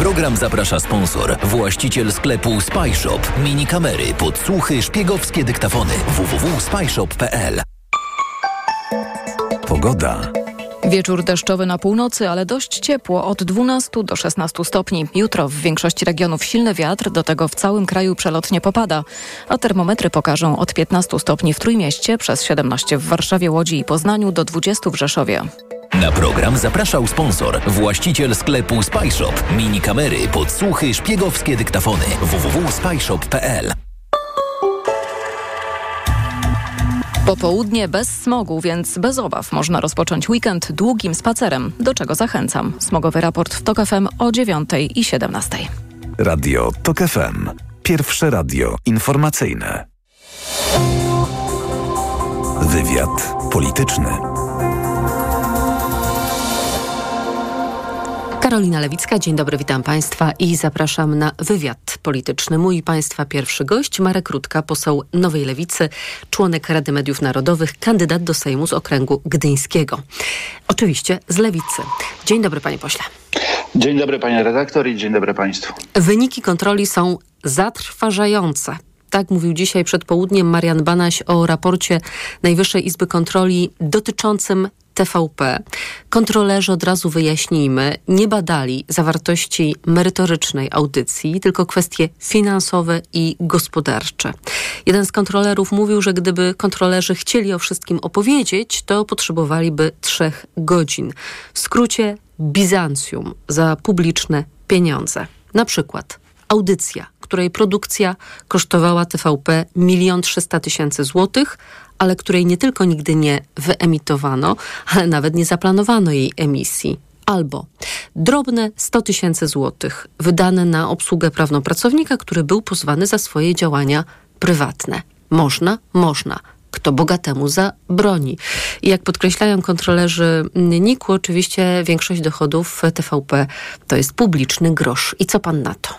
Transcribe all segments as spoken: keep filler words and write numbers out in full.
program zaprasza sponsor, właściciel sklepu SpyShop. Mini kamery, podsłuchy, szpiegowskie dyktafony. w w w kropka spyshop kropka p l. Pogoda. Wieczór deszczowy na północy, ale dość ciepło, od dwunastu do szesnastu stopni. Jutro w większości regionów silny wiatr, do tego w całym kraju przelotnie popada, a termometry pokażą od piętnastu stopni w Trójmieście, przez siedemnaście w Warszawie, Łodzi i Poznaniu, do dwudziestu w Rzeszowie. Na program zapraszał sponsor, właściciel sklepu SpyShop. Mini kamery, podsłuchy, szpiegowskie dyktafony. w w w kropka spyshop kropka p l. Popołudnie bez smogu, więc bez obaw można rozpocząć weekend długim spacerem, do czego zachęcam. Smogowy raport w TOK F M o dziewiątej i siedemnastej. Radio TOK F M. Pierwsze radio informacyjne. Wywiad polityczny. Karolina Lewicka, dzień dobry, witam Państwa i zapraszam na wywiad polityczny. Mój Państwa pierwszy gość, Marek Rutka, poseł Nowej Lewicy, członek Rady Mediów Narodowych, kandydat do Sejmu z okręgu gdyńskiego. Oczywiście z Lewicy. Dzień dobry, panie pośle. Dzień dobry, panie redaktor, i dzień dobry państwu. Wyniki kontroli są zatrważające. Tak mówił dzisiaj przed południem Marian Banaś o raporcie Najwyższej Izby Kontroli dotyczącym T V P. Kontrolerzy, od razu wyjaśnijmy, nie badali zawartości merytorycznej audycji, tylko kwestie finansowe i gospodarcze. Jeden z kontrolerów mówił, że gdyby kontrolerzy chcieli o wszystkim opowiedzieć, to potrzebowaliby trzech godzin. W skrócie Bizancjum za publiczne pieniądze. Na przykład audycja, której produkcja kosztowała T V P milion trzysta tysięcy złotych, ale której nie tylko nigdy nie wyemitowano, ale nawet nie zaplanowano jej emisji. Albo drobne sto tysięcy złotych wydane na obsługę prawną pracownika, który był pozwany za swoje działania prywatne. Można? Można. Kto bogatemu zabroni. I jak podkreślają kontrolerzy N I K u, oczywiście większość dochodów T V P to jest publiczny grosz. I co pan na to?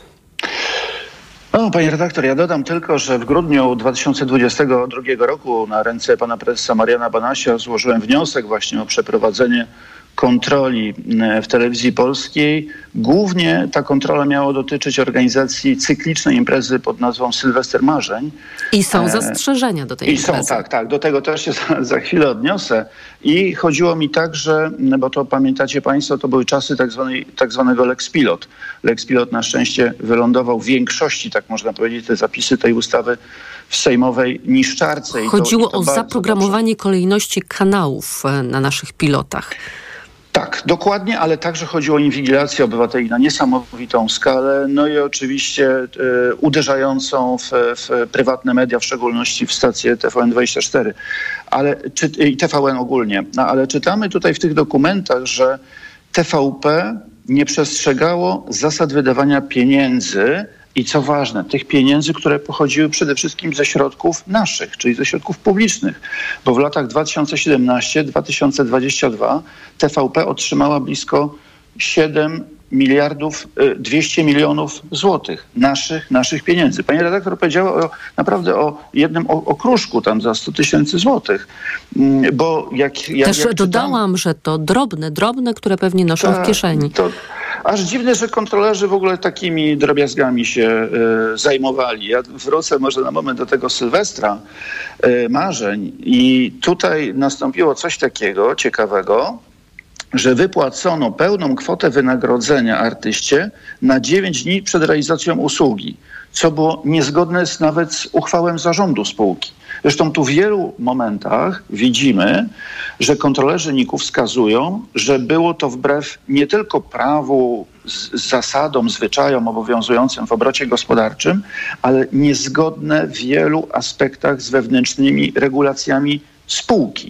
No, panie redaktor, ja dodam tylko, że w grudniu dwa tysiące dwudziestego drugiego roku na ręce pana prezesa Mariana Banasia złożyłem wniosek właśnie o przeprowadzenie kontroli w telewizji polskiej. Głównie ta kontrola miała dotyczyć organizacji cyklicznej imprezy pod nazwą Sylwester Marzeń. I są zastrzeżenia do tej I imprezy. są, tak, tak. Do tego też się za, za chwilę odniosę. I chodziło mi także, bo to pamiętacie państwo, to były czasy tak, zwanej, tak zwanego Lex Pilot. Lex Pilot na szczęście wylądował w większości, tak można powiedzieć, te zapisy tej ustawy w sejmowej niszczarce. I chodziło to, i to o zaprogramowanie dobrze. kolejności kanałów na naszych pilotach. Tak, dokładnie, ale także chodziło o inwigilację obywateli na niesamowitą skalę, no i oczywiście y, uderzającą w, w prywatne media, w szczególności w stację T V N dwadzieścia cztery, ale, czy, i T V N ogólnie. No, ale czytamy tutaj w tych dokumentach, że T V P nie przestrzegało zasad wydawania pieniędzy i co ważne, tych pieniędzy, które pochodziły przede wszystkim ze środków naszych, czyli ze środków publicznych. Bo w latach dwa tysiące siedemnastym do dwa tysiące dwudziestego drugiego T V P otrzymała blisko siedem miliardów dwieście milionów złotych naszych, naszych pieniędzy. Pani redaktor powiedziała o, naprawdę o jednym okruszku tam za sto tysięcy złotych. Bo jak, jak, Też jak dodałam, czytam, że to drobne, drobne, które pewnie noszą ta, w kieszeni. To, aż dziwne, że kontrolerzy w ogóle takimi drobiazgami się y, zajmowali. Ja wrócę może na moment do tego Sylwestra y, Marzeń i tutaj nastąpiło coś takiego ciekawego, że wypłacono pełną kwotę wynagrodzenia artyście na dziewięć dni przed realizacją usługi, co było niezgodne z, nawet z uchwałem zarządu spółki. Zresztą tu w wielu momentach widzimy, że kontrolerzy N I K u wskazują, że było to wbrew nie tylko prawu, z, z zasadom, zwyczajom obowiązującym w obrocie gospodarczym, ale niezgodne w wielu aspektach z wewnętrznymi regulacjami spółki.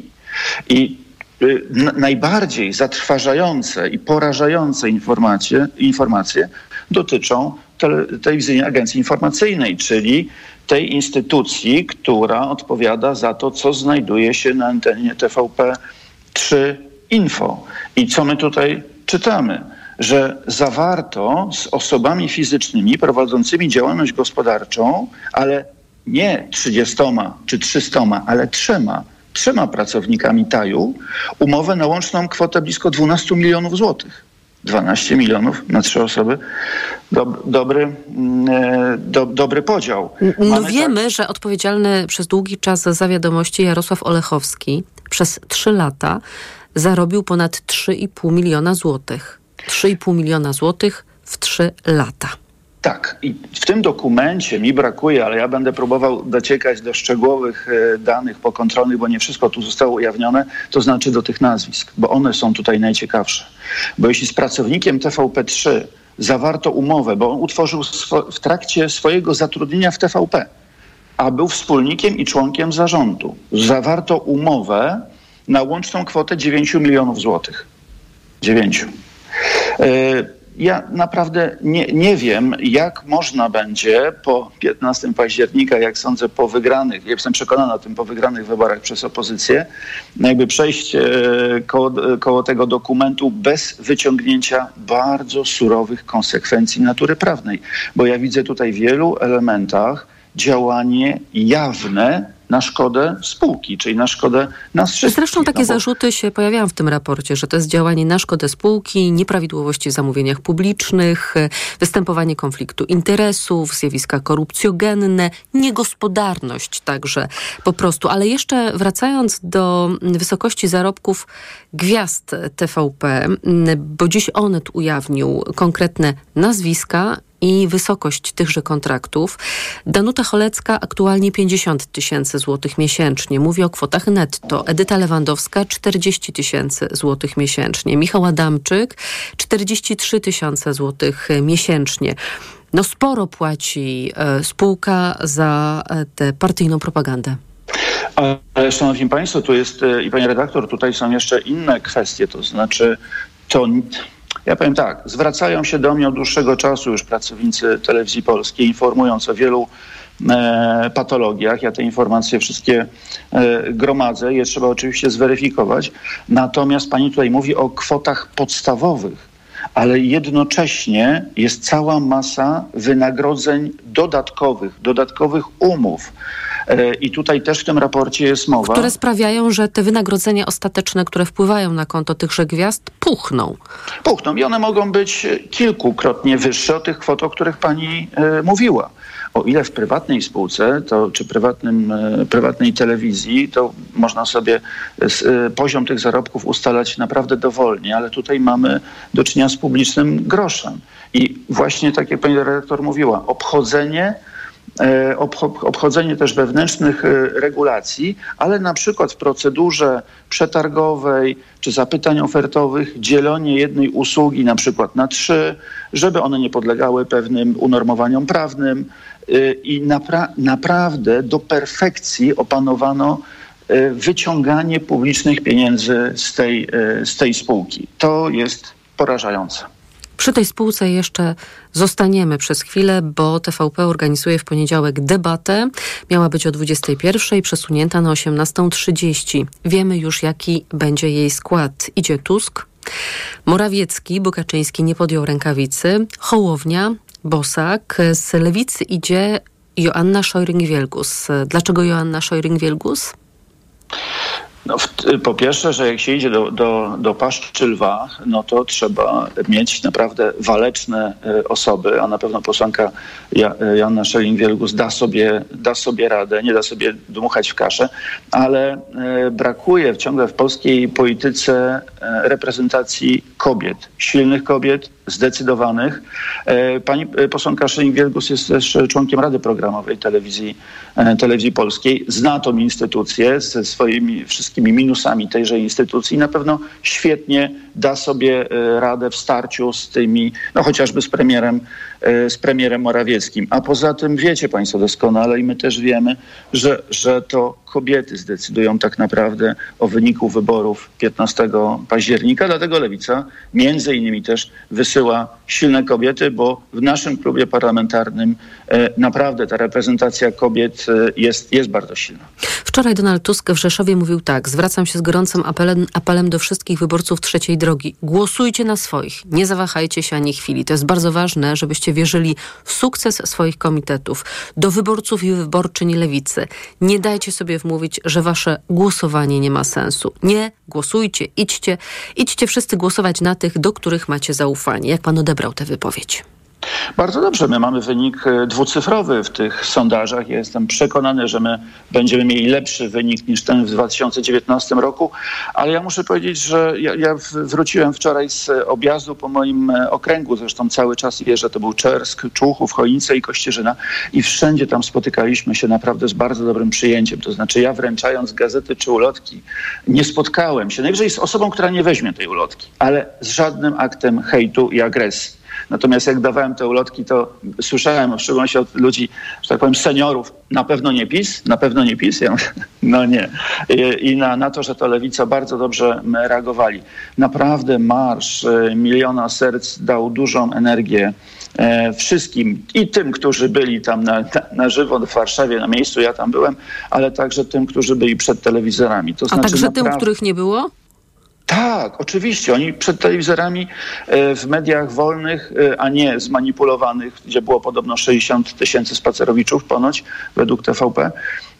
I najbardziej zatrważające i porażające informacje, informacje dotyczą tele, Telewizyjnej Agencji Informacyjnej, czyli tej instytucji, która odpowiada za to, co znajduje się na antenie T V P trzy Info. I co my tutaj czytamy? Że zawarto z osobami fizycznymi prowadzącymi działalność gospodarczą, ale nie trzydziestoma czy trzystoma, ale trzema, trzema pracownikami T A J-u umowę na łączną kwotę blisko dwunastu milionów złotych. dwanaście milionów na trzy osoby. Dob, dobry, do, dobry podział. No Mamy wiemy, tak... że odpowiedzialny przez długi czas za wiadomości Jarosław Olechowski przez trzy lata zarobił ponad trzy i pół miliona złotych. trzy i pół miliona złotych w trzy lata. Tak. I w tym dokumencie mi brakuje, ale ja będę próbował dociekać do szczegółowych danych pokontrolnych, bo nie wszystko tu zostało ujawnione, to znaczy do tych nazwisk, bo one są tutaj najciekawsze. Bo jeśli z pracownikiem T V P trzy zawarto umowę, bo on utworzył swo- w trakcie swojego zatrudnienia w T V P, a był wspólnikiem i członkiem zarządu, zawarto umowę na łączną kwotę dziewięć milionów złotych. dziewięć. Ja naprawdę nie, nie wiem, jak można będzie po piętnastego października, jak sądzę, po wygranych, ja jestem przekonany o tym, po wygranych wyborach przez opozycję, jakby przejść koło, koło tego dokumentu bez wyciągnięcia bardzo surowych konsekwencji natury prawnej. Bo ja widzę tutaj w wielu elementach działanie jawne na szkodę spółki, czyli na szkodę nas wszystkich. Zresztą takie no bo... zarzuty się pojawiają w tym raporcie, że to jest działanie na szkodę spółki, nieprawidłowości w zamówieniach publicznych, występowanie konfliktu interesów, zjawiska korupcjogenne, niegospodarność także po prostu. Ale jeszcze wracając do wysokości zarobków gwiazd T V P, bo dziś Onet ujawnił konkretne nazwiska i wysokość tychże kontraktów. Danuta Cholecka aktualnie pięćdziesiąt tysięcy złotych miesięcznie. Mówię o kwotach netto. Edyta Lewandowska czterdzieści tysięcy złotych miesięcznie. Michał Adamczyk czterdzieści trzy tysiące złotych miesięcznie. No sporo płaci e, spółka za e, tę partyjną propagandę. Ale szanowni państwo, tu jest i pani redaktor, tutaj są jeszcze inne kwestie, to znaczy to... Ja powiem tak, zwracają się do mnie od dłuższego czasu już pracownicy Telewizji Polskiej, informując o wielu e, patologiach. Ja te informacje wszystkie e, gromadzę, je trzeba oczywiście zweryfikować. Natomiast pani tutaj mówi o kwotach podstawowych, ale jednocześnie jest cała masa wynagrodzeń dodatkowych, dodatkowych umów. I tutaj też w tym raporcie jest mowa. Które sprawiają, że te wynagrodzenia ostateczne, które wpływają na konto tychże gwiazd, puchną. Puchną i one mogą być kilkukrotnie wyższe od tych kwot, o których pani e, mówiła. O ile w prywatnej spółce, to, czy prywatnym, e, prywatnej telewizji, to można sobie z, e, poziom tych zarobków ustalać naprawdę dowolnie, ale tutaj mamy do czynienia z publicznym groszem. I właśnie tak jak pani redaktor mówiła, obchodzenie obchodzenie też wewnętrznych regulacji, ale na przykład w procedurze przetargowej czy zapytań ofertowych dzielenie jednej usługi na przykład na trzy, żeby one nie podlegały pewnym unormowaniom prawnym i napra- naprawdę do perfekcji opanowano wyciąganie publicznych pieniędzy z tej, z tej spółki. To jest porażające. Przy tej spółce jeszcze zostaniemy przez chwilę, bo T V P organizuje w poniedziałek debatę. Miała być o dwudziestej pierwszej, przesunięta na osiemnastą trzydzieści. Wiemy już, jaki będzie jej skład. Idzie Tusk, Morawiecki, bo Kaczyński nie podjął rękawicy, Hołownia, Bosak. Z Lewicy idzie Joanna Szojring-Wielgus. Dlaczego Joanna Szojring-Wielgus? No, w, po pierwsze, że jak się idzie do, do, do paszczy lwa, no to trzeba mieć naprawdę waleczne y, osoby, a na pewno posłanka ja, Joanna Szojring-Wielgus da sobie, da sobie radę, nie da sobie dmuchać w kaszę, ale y, brakuje ciągle w polskiej polityce y, reprezentacji kobiet, silnych kobiet, zdecydowanych. Pani posłanka Szojring-Wielgus jest też członkiem Rady Programowej Telewizji, Telewizji Polskiej. Zna tą instytucję ze swoimi wszystkimi minusami tejże instytucji. Na pewno świetnie da sobie radę w starciu z tymi, no chociażby z premierem, z premierem Morawieckim. A poza tym wiecie państwo doskonale i my też wiemy, że, że to kobiety zdecydują tak naprawdę o wyniku wyborów piętnastego października. Dlatego Lewica między innymi też wysyła wysyła silne kobiety, bo w naszym klubie parlamentarnym naprawdę ta reprezentacja kobiet jest, jest bardzo silna. Wczoraj Donald Tusk w Rzeszowie mówił tak: zwracam się z gorącym apelem, apelem do wszystkich wyborców trzeciej drogi. Głosujcie na swoich. Nie zawahajcie się ani chwili. To jest bardzo ważne, żebyście wierzyli w sukces swoich komitetów. Do wyborców i wyborczyń lewicy. Nie dajcie sobie wmówić, że wasze głosowanie nie ma sensu. Nie, głosujcie, idźcie. Idźcie wszyscy głosować na tych, do których macie zaufanie. Jak pan odebrał tę wypowiedź? Bardzo dobrze. My mamy wynik dwucyfrowy w tych sondażach. Ja jestem przekonany, że my będziemy mieli lepszy wynik niż ten w dwa tysiące dziewiętnastym roku, ale ja muszę powiedzieć, że ja, ja wróciłem wczoraj z objazdu po moim okręgu. Zresztą cały czas jeżdżę. To był Czersk, Człuchów, Chojnice i Kościerzyna i wszędzie tam spotykaliśmy się naprawdę z bardzo dobrym przyjęciem. To znaczy ja wręczając gazety czy ulotki nie spotkałem się, najwyżej z osobą, która nie weźmie tej ulotki, ale z żadnym aktem hejtu i agresji. Natomiast jak dawałem te ulotki, to słyszałem, w szczególności od ludzi, że tak powiem, seniorów, na pewno nie PiS, na pewno nie PiS. Ja mówię, no nie. I, i na, na to, że to Lewica bardzo dobrze reagowali. Naprawdę marsz Miliona Serc dał dużą energię e, wszystkim i tym, którzy byli tam na, na, na żywo w Warszawie, na miejscu, ja tam byłem, ale także tym, którzy byli przed telewizorami. To A znaczy, także naprawdę... tym, których nie było? Tak, oczywiście. Oni przed telewizorami w mediach wolnych, a nie zmanipulowanych, gdzie było podobno sześćdziesiąt tysięcy spacerowiczów ponoć, według T V P,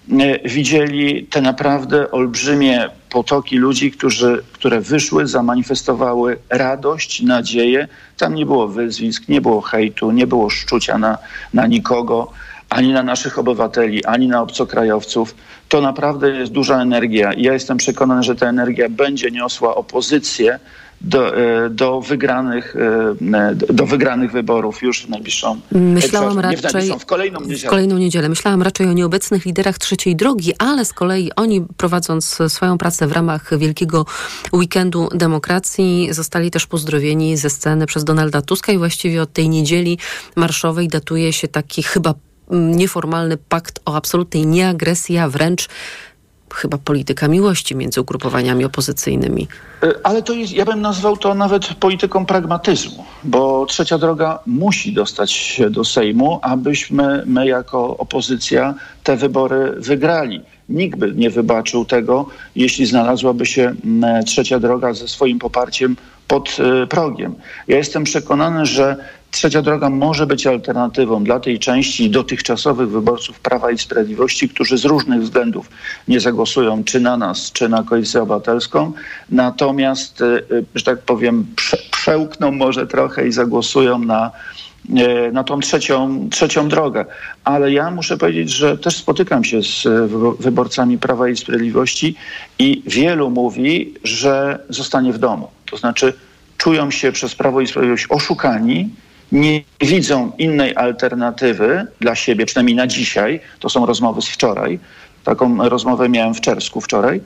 widzieli te naprawdę olbrzymie potoki ludzi, którzy, które wyszły, zamanifestowały radość, nadzieję. Tam nie było wyzwisk, nie było hejtu, nie było szczucia na, na nikogo, ani na naszych obywateli, ani na obcokrajowców. To naprawdę jest duża energia i ja jestem przekonany, że ta energia będzie niosła opozycję do, do, wygranych, do wygranych wyborów już w najbliższą... Myślałam raczej... Nie w najbliższą, w kolejną niedzielę. W kolejną niedzielę. Myślałam raczej o nieobecnych liderach trzeciej drogi, ale z kolei oni, prowadząc swoją pracę w ramach Wielkiego Weekendu Demokracji, zostali też pozdrowieni ze sceny przez Donalda Tuska i właściwie od tej niedzieli marszowej datuje się taki chyba nieformalny pakt o absolutnej nieagresji, a wręcz chyba polityka miłości między ugrupowaniami opozycyjnymi. Ale to jest, ja bym nazwał to nawet polityką pragmatyzmu, bo Trzecia Droga musi dostać się do Sejmu, abyśmy my jako opozycja te wybory wygrali. Nikt by nie wybaczył tego, jeśli znalazłaby się Trzecia Droga ze swoim poparciem pod progiem. Ja jestem przekonany, że Trzecia Droga może być alternatywą dla tej części dotychczasowych wyborców Prawa i Sprawiedliwości, którzy z różnych względów nie zagłosują czy na nas, czy na Koalicję Obywatelską. Natomiast, że tak powiem, prze, przełkną może trochę i zagłosują na, na tą trzecią, trzecią drogę. Ale ja muszę powiedzieć, że też spotykam się z wyborcami Prawa i Sprawiedliwości i wielu mówi, że zostanie w domu. To znaczy czują się przez Prawo i Sprawiedliwość oszukani, nie widzą innej alternatywy dla siebie, przynajmniej na dzisiaj. To są rozmowy z wczoraj. Taką rozmowę miałem w Czersku wczoraj.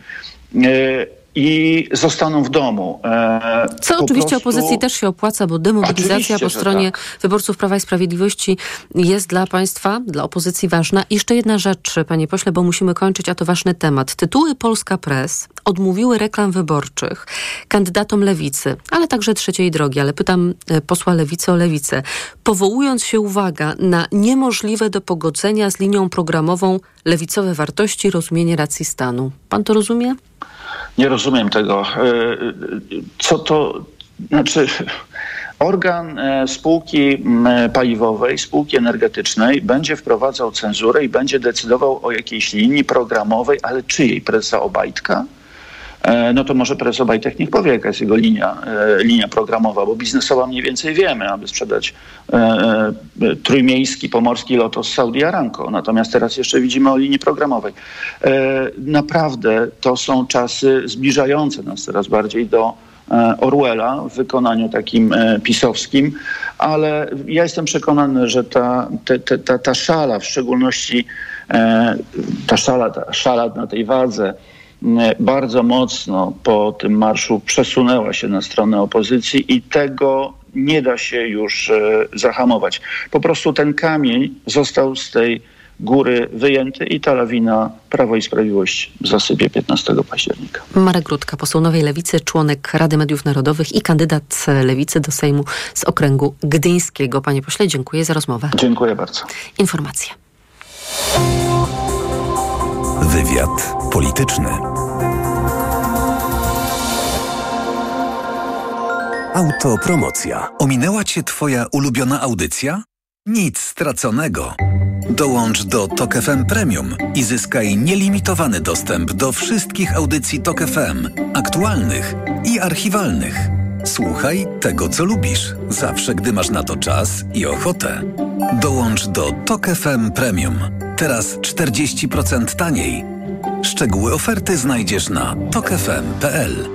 I zostaną w domu. E, Co oczywiście prostu... opozycji też się opłaca, bo demobilizacja oczywiście, po stronie tak. wyborców Prawa i Sprawiedliwości jest dla państwa, dla opozycji ważna. I jeszcze jedna rzecz, panie pośle, bo musimy kończyć, a to ważny temat. Tytuły Polska Press odmówiły reklam wyborczych kandydatom Lewicy, ale także Trzeciej Drogi, ale pytam posła Lewicy o Lewicę. Powołując się, uwaga, na niemożliwe do pogodzenia z linią programową lewicowe wartości, rozumienie racji stanu. Pan to rozumie? Nie rozumiem tego. Co to znaczy? Organ spółki paliwowej, spółki energetycznej będzie wprowadzał cenzurę i będzie decydował o jakiejś linii programowej, ale czyjej? Prezesa Obajtka? No to może prezes Obajtek niech powie, jaka jest jego linia, linia programowa, bo biznesowa mniej więcej wiemy, aby sprzedać e, e, trójmiejski, pomorski Lotos Saudi Aramco. Natomiast teraz jeszcze widzimy o linii programowej. E, naprawdę to są czasy zbliżające nas coraz bardziej do e, Orwella w wykonaniu takim e, pisowskim, ale ja jestem przekonany, że ta, te, te, ta, ta szala, w szczególności e, ta szala, ta szala na tej wadze, bardzo mocno po tym marszu przesunęła się na stronę opozycji i tego nie da się już zahamować. Po prostu ten kamień został z tej góry wyjęte i ta lawina Prawo i Sprawiedliwość zasypie piętnastego października. Marek Rutka, poseł Nowej Lewicy, członek Rady Mediów Narodowych i kandydat Lewicy do Sejmu z okręgu gdyńskiego. Panie pośle, dziękuję za rozmowę. Dziękuję bardzo. Informacje. Wywiad polityczny. Autopromocja. Ominęła cię twoja ulubiona audycja? Nic straconego. Dołącz do Tok F M Premium i zyskaj nielimitowany dostęp do wszystkich audycji Tok F M, aktualnych i archiwalnych. Słuchaj tego, co lubisz, zawsze, gdy masz na to czas i ochotę. Dołącz do Tok F M Premium. Teraz czterdzieści procent taniej. Szczegóły oferty znajdziesz na tok f m kropka p l.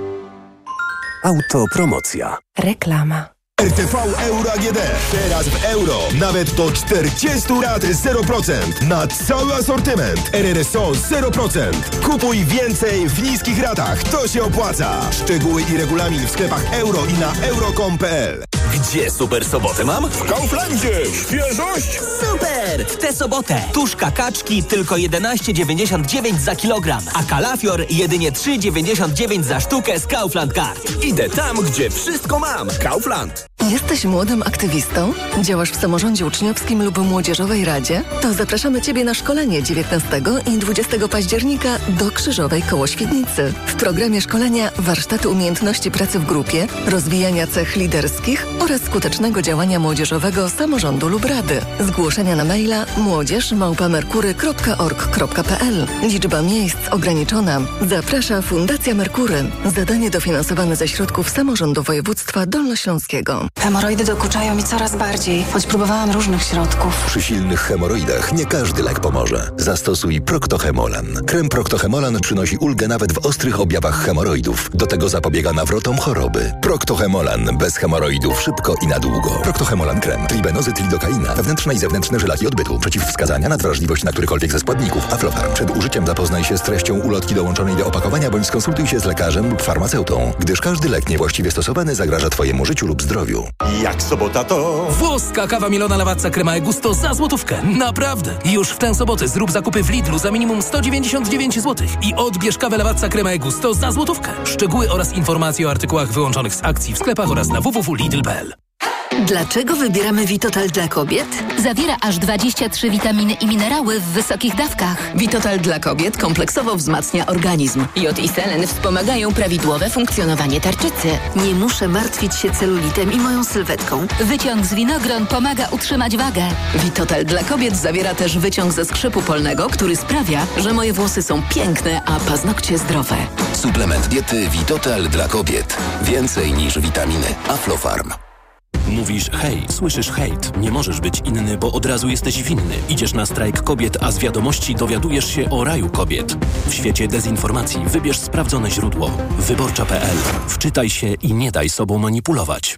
Autopromocja. Reklama. R T V Euro A G D. Teraz w euro. Nawet do czterdzieści lat zero procent. Na cały asortyment. R R S O zero procent. Kupuj więcej w niskich ratach. To się opłaca. Szczegóły i regulamin w sklepach euro i na euro kropka com kropka p l. Gdzie super sobotę mam? W Kauflandzie. Świeżość. Super! W tę sobotę tuszka kaczki tylko jedenaście dziewięćdziesiąt dziewięć za kilogram, a kalafior jedynie trzy dziewięćdziesiąt dziewięć za sztukę z Kaufland Card. Idę tam, gdzie wszystko mam. Kaufland. Jesteś młodym aktywistą? Działasz w samorządzie uczniowskim lub młodzieżowej radzie? To zapraszamy Ciebie na szkolenie dziewiętnastego i dwudziestego października do Krzyżowej koło Świdnicy. W programie szkolenia warsztaty umiejętności pracy w grupie, rozwijania cech liderskich oraz skutecznego działania młodzieżowego samorządu lub rady. Zgłoszenia na maila młodzież małpa merkury kropka org kropka p l. Liczba miejsc ograniczona. Zaprasza Fundacja Merkury. Zadanie dofinansowane ze środków samorządu województwa dolnośląskiego. Hemoroidy dokuczają mi coraz bardziej, choć próbowałam różnych środków. Przy silnych hemoroidach nie każdy lek pomoże. Zastosuj Proctohemolan. Krem Proctohemolan przynosi ulgę nawet w ostrych objawach hemoroidów. Do tego zapobiega nawrotom choroby. Proctohemolan bez hemoroidów szybko i na długo. Proctohemolan krem. Tribenozy, lidokaina. Wewnętrzne i zewnętrzne żelaki odbytu. Przeciwwskazania, nadwrażliwość na którykolwiek ze składników. Aflofarm. Przed użyciem zapoznaj się z treścią ulotki dołączonej do opakowania bądź skonsultuj się z lekarzem lub farmaceutą, gdyż każdy lek niewłaściwie stosowany zagraża Twojemu życiu lub zdrowiu. Jak sobota to... Włoska kawa Milona Lavazza Crema e Gusto za złotówkę. Naprawdę. Już w tę sobotę zrób zakupy w Lidlu za minimum sto dziewięćdziesiąt dziewięć złotych i odbierz kawę Lavazza Crema e Gusto za złotówkę. Szczegóły oraz informacje o artykułach wyłączonych z akcji w sklepach oraz na w w w kropka lidl kropka p l. Dlaczego wybieramy Vitotal dla kobiet? Zawiera aż dwadzieścia trzy witaminy i minerały w wysokich dawkach. Vitotal dla kobiet kompleksowo wzmacnia organizm. Jod i selen wspomagają prawidłowe funkcjonowanie tarczycy. Nie muszę martwić się celulitem i moją sylwetką. Wyciąg z winogron pomaga utrzymać wagę. Vitotal dla kobiet zawiera też wyciąg ze skrzypu polnego, który sprawia, że moje włosy są piękne, a paznokcie zdrowe. Suplement diety Vitotal dla kobiet. Więcej niż witaminy. Aflofarm. Mówisz hej, słyszysz hejt. Nie możesz być inny, bo od razu jesteś winny. Idziesz na strajk kobiet, a z wiadomości dowiadujesz się o raju kobiet. W świecie dezinformacji wybierz sprawdzone źródło. Wyborcza kropka p l. Wczytaj się i nie daj sobą manipulować.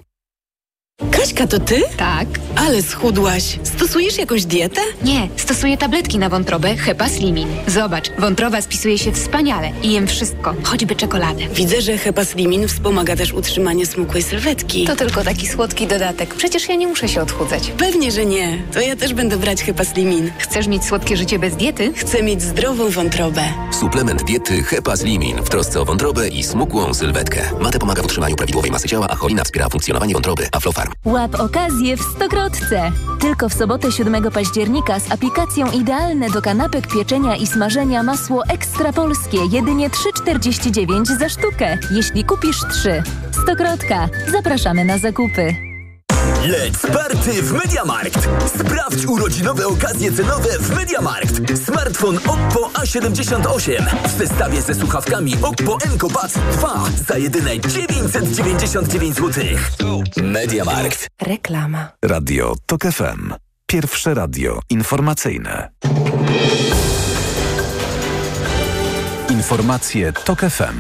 Kaśka, to ty? Tak. Ale schudłaś. Stosujesz jakąś dietę? Nie, stosuję tabletki na wątrobę Hepaslimin. Zobacz, wątroba spisuje się wspaniale i jem wszystko, choćby czekoladę. Widzę, że Hepaslimin wspomaga też utrzymanie smukłej sylwetki. To tylko taki słodki dodatek. Przecież ja nie muszę się odchudzać. Pewnie, że nie. To ja też będę brać Hepaslimin. Chcesz mieć słodkie życie bez diety? Chcę mieć zdrową wątrobę. Suplement diety Hepaslimin w trosce o wątrobę i smukłą sylwetkę. Mate pomaga w utrzymaniu prawidłowej masy ciała, a cholina wspiera funkcjonowanie wątroby. Aflofarm. Łap okazję w Stokrotce. Tylko w sobotę siódmego października z aplikacją idealne do kanapek, pieczenia i smażenia masło ekstra polskie. Jedynie trzy czterdzieści dziewięć za sztukę. Jeśli kupisz trzy. Stokrotka. Zapraszamy na zakupy. Leć party w MediaMarkt! Sprawdź urodzinowe okazje cenowe w MediaMarkt. Smartfon Oppo A siedemdziesiąt osiem w zestawie ze słuchawkami Oppo Enco Buds dwa za jedyne dziewięćset dziewięćdziesiąt dziewięć złotych. MediaMarkt. Reklama. Radio Tok F M. Pierwsze radio informacyjne. Informacje Tok F M.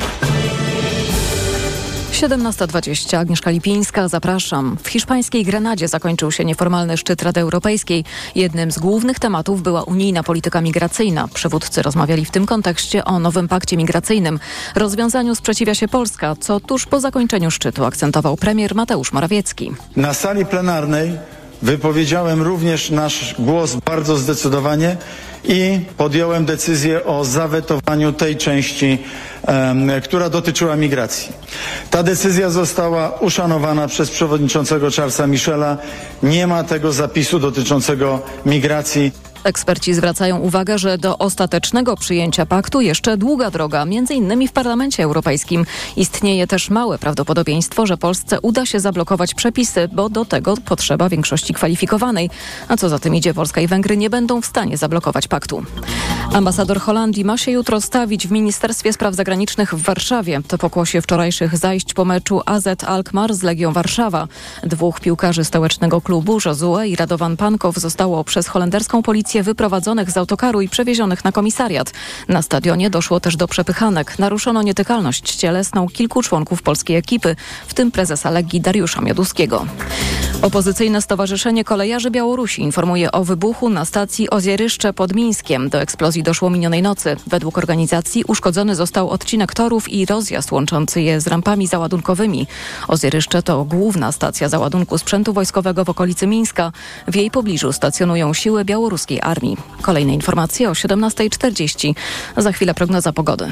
siedemnasta dwadzieścia, Agnieszka Lipińska, zapraszam. W hiszpańskiej Grenadzie zakończył się nieformalny szczyt Rady Europejskiej. Jednym z głównych tematów była unijna polityka migracyjna. Przywódcy rozmawiali w tym kontekście o nowym pakcie migracyjnym. Rozwiązaniu sprzeciwia się Polska, co tuż po zakończeniu szczytu akcentował premier Mateusz Morawiecki. Na sali plenarnej wypowiedziałem również nasz głos bardzo zdecydowanie i podjąłem decyzję o zawetowaniu tej części, um, która dotyczyła migracji. Ta decyzja została uszanowana przez przewodniczącego Charlesa Michela. Nie ma tego zapisu dotyczącego migracji. Eksperci zwracają uwagę, że do ostatecznego przyjęcia paktu jeszcze długa droga, między innymi w Parlamencie Europejskim. Istnieje też małe prawdopodobieństwo, że Polsce uda się zablokować przepisy, bo do tego potrzeba większości kwalifikowanej. A co za tym idzie, Polska i Węgry nie będą w stanie zablokować paktu. Ambasador Holandii ma się jutro stawić w Ministerstwie Spraw Zagranicznych w Warszawie. To pokłosie wczorajszych zajść po meczu A Z Alkmaar z Legią Warszawa. Dwóch piłkarzy stołecznego klubu, Josue i Radovan Pankow, zostało przez holenderską policję wyprowadzonych z autokaru i przewiezionych na komisariat. Na stadionie doszło też do przepychanek. Naruszono nietykalność cielesną kilku członków polskiej ekipy, w tym prezesa Legii Dariusza Mioduskiego. Opozycyjne Stowarzyszenie Kolejarzy Białorusi informuje o wybuchu na stacji Ozieryszcze pod Mińskiem. Do eksplozji doszło minionej nocy. Według organizacji uszkodzony został odcinek torów i rozjazd łączący je z rampami załadunkowymi. Ozieryszcze to główna stacja załadunku sprzętu wojskowego w okolicy Mińska. W jej pobliżu stacjonują siły białoruskiej armii. Kolejne informacje o siedemnasta czterdzieści. Za chwilę prognoza pogody.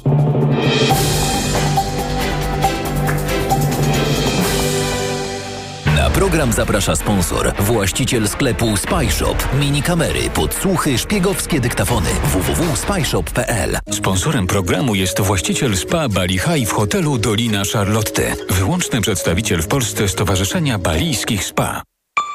Na program zaprasza sponsor, właściciel sklepu SpyShop. Minikamery, podsłuchy, szpiegowskie dyktafony. w w w kropka spyshop kropka p l. Sponsorem programu jest właściciel spa Bali High w hotelu Dolina Charlotte. Wyłączny przedstawiciel w Polsce Stowarzyszenia Balijskich Spa.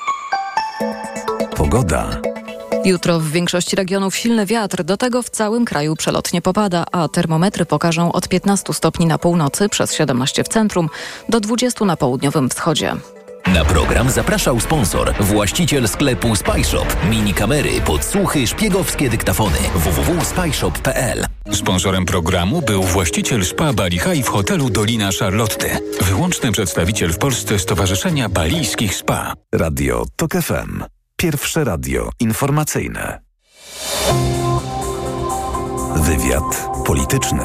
Pogoda. Jutro w większości regionów silny wiatr, do tego w całym kraju przelotnie popada, a termometry pokażą od piętnastu stopni na północy, przez siedemnaście w centrum, do dwudziestu na południowym wschodzie. Na program zapraszał sponsor, właściciel sklepu SpyShop. Minikamery, podsłuchy, szpiegowskie dyktafony. w w w kropka spyshop kropka p l. Sponsorem programu był właściciel spa Bali High w hotelu Dolina Charlotte. Wyłączny przedstawiciel w Polsce Stowarzyszenia Balijskich Spa. Radio TOK F M. Pierwsze radio informacyjne. Wywiad polityczny.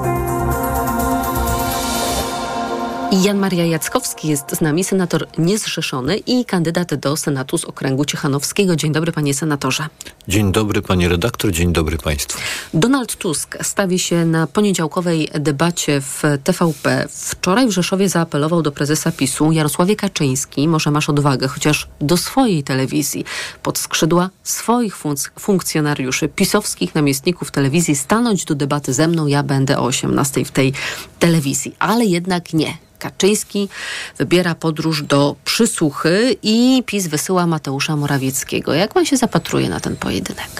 Jan Maria Jackowski jest z nami, senator niezrzeszony i kandydat do Senatu z okręgu ciechanowskiego. Dzień dobry, panie senatorze. Dzień dobry, pani redaktor, dzień dobry państwu. Donald Tusk stawi się na poniedziałkowej debacie w T V P. Wczoraj w Rzeszowie zaapelował do prezesa PiSu: Jarosławie Kaczyński, może masz odwagę chociaż do swojej telewizji, pod skrzydła swoich funk- funkcjonariuszy, pisowskich namiestników telewizji, stanąć do debaty ze mną, ja będę o osiemnastej w tej telewizji. Ale jednak nie. Kaczyński wybiera podróż do Przysłuchy i PiS wysyła Mateusza Morawieckiego. Jak pan się zapatruje na ten pojedynek?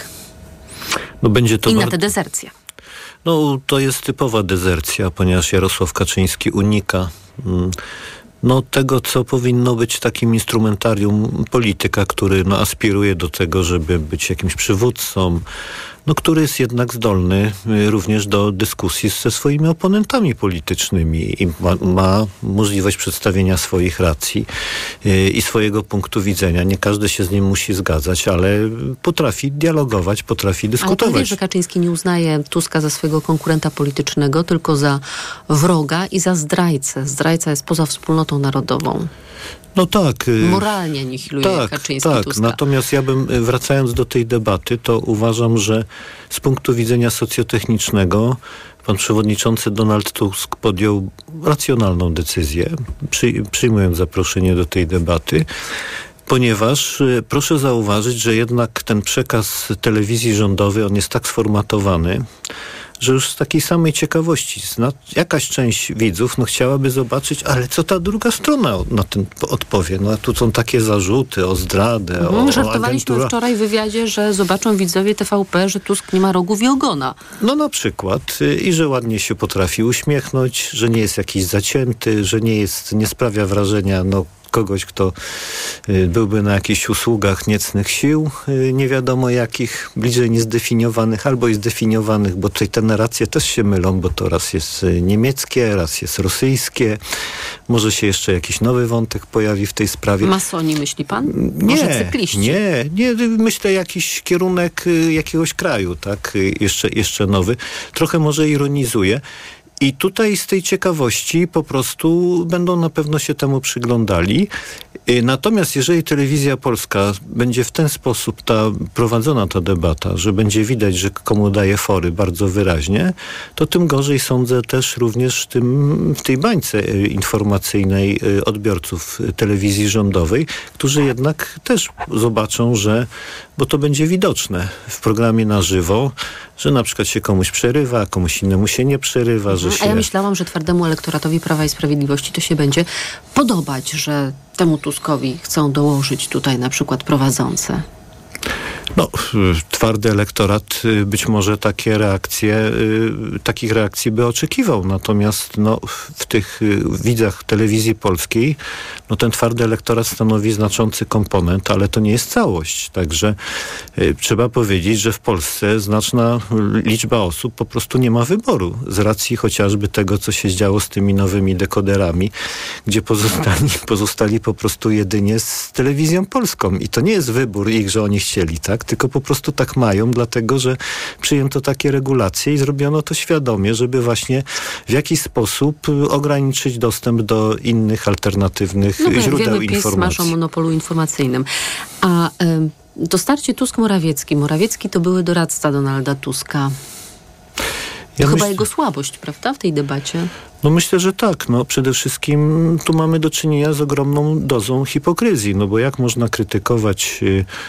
No będzie to I bar- na tę dezercję. No to jest typowa dezercja, ponieważ Jarosław Kaczyński unika mm, no, tego, co powinno być takim instrumentarium polityka, który no, aspiruje do tego, żeby być jakimś przywódcą, no, który jest jednak zdolny y, również do dyskusji ze swoimi oponentami politycznymi i ma, ma możliwość przedstawienia swoich racji y, i swojego punktu widzenia. Nie każdy się z nim musi zgadzać, ale potrafi dialogować, potrafi dyskutować. Ale pan wie, że Kaczyński nie uznaje Tuska za swojego konkurenta politycznego, tylko za wroga i za zdrajcę. Zdrajca jest poza wspólnotą narodową. No tak. Moralnie anihiluje tak, Kaczyński tak. Tuska. Natomiast ja bym, wracając do tej debaty, to uważam, że z punktu widzenia socjotechnicznego pan przewodniczący Donald Tusk podjął racjonalną decyzję, przy, przyjmując zaproszenie do tej debaty, ponieważ y, proszę zauważyć, że jednak ten przekaz telewizji rządowej, on jest tak sformatowany, że już z takiej samej ciekawości zna, jakaś część widzów no, chciałaby zobaczyć, ale co ta druga strona na ten odpowie. No, tu są takie zarzuty o zdradę, Mhm, o, żartowaliśmy o agentura. wczoraj w wywiadzie, że zobaczą widzowie T V P, że Tusk nie ma rogów i ogona. No na przykład. Y, I że ładnie się potrafi uśmiechnąć, że nie jest jakiś zacięty, że nie jest, nie sprawia wrażenia, no kogoś, kto y, byłby na jakichś usługach niecnych sił, y, nie wiadomo jakich, bliżej niezdefiniowanych, albo i zdefiniowanych, bo tutaj te narracje też się mylą, bo to raz jest y, niemieckie, raz jest rosyjskie. Może się jeszcze jakiś nowy wątek pojawi w tej sprawie. Masoni, myśli pan? Może Nie, cykliści? nie, nie. Myślę jakiś kierunek y, jakiegoś kraju, tak? Y, jeszcze, jeszcze nowy. Trochę może ironizuję. I tutaj z tej ciekawości po prostu będą na pewno się temu przyglądali. Natomiast jeżeli Telewizja Polska będzie w ten sposób ta, prowadzona ta debata, że będzie widać, że komu daje fory bardzo wyraźnie, to tym gorzej sądzę też również w, tym, w tej bańce informacyjnej odbiorców telewizji rządowej, którzy jednak też zobaczą, że, bo to będzie widoczne w programie na żywo, że na przykład się komuś przerywa, komuś innemu się nie przerywa. Że się... A ja myślałam, że twardemu elektoratowi Prawa i Sprawiedliwości to się będzie podobać, że temu Tuskowi chcą dołożyć tutaj na przykład prowadzące. No, twardy elektorat być może takie reakcje, takich reakcji by oczekiwał. Natomiast no, w tych widzach telewizji polskiej no, ten twardy elektorat stanowi znaczący komponent, ale to nie jest całość. Także y, trzeba powiedzieć, że w Polsce znaczna liczba osób po prostu nie ma wyboru. Z racji chociażby tego, co się działo z tymi nowymi dekoderami, gdzie pozostali, pozostali po prostu jedynie z telewizją polską. I to nie jest wybór ich, że oni chcieli, tak? Tylko po prostu tak mają, dlatego że przyjęto takie regulacje i zrobiono to świadomie, żeby właśnie w jakiś sposób ograniczyć dostęp do innych alternatywnych no, źródeł wiemy, informacji. PiS masz o monopolu informacyjnym. A y, to starcie Tusk-Morawiecki. Morawiecki to były doradca Donalda Tuska. To ja chyba myśl... jego słabość, prawda, w tej debacie? No myślę, że tak. No przede wszystkim tu mamy do czynienia z ogromną dozą hipokryzji, no bo jak można krytykować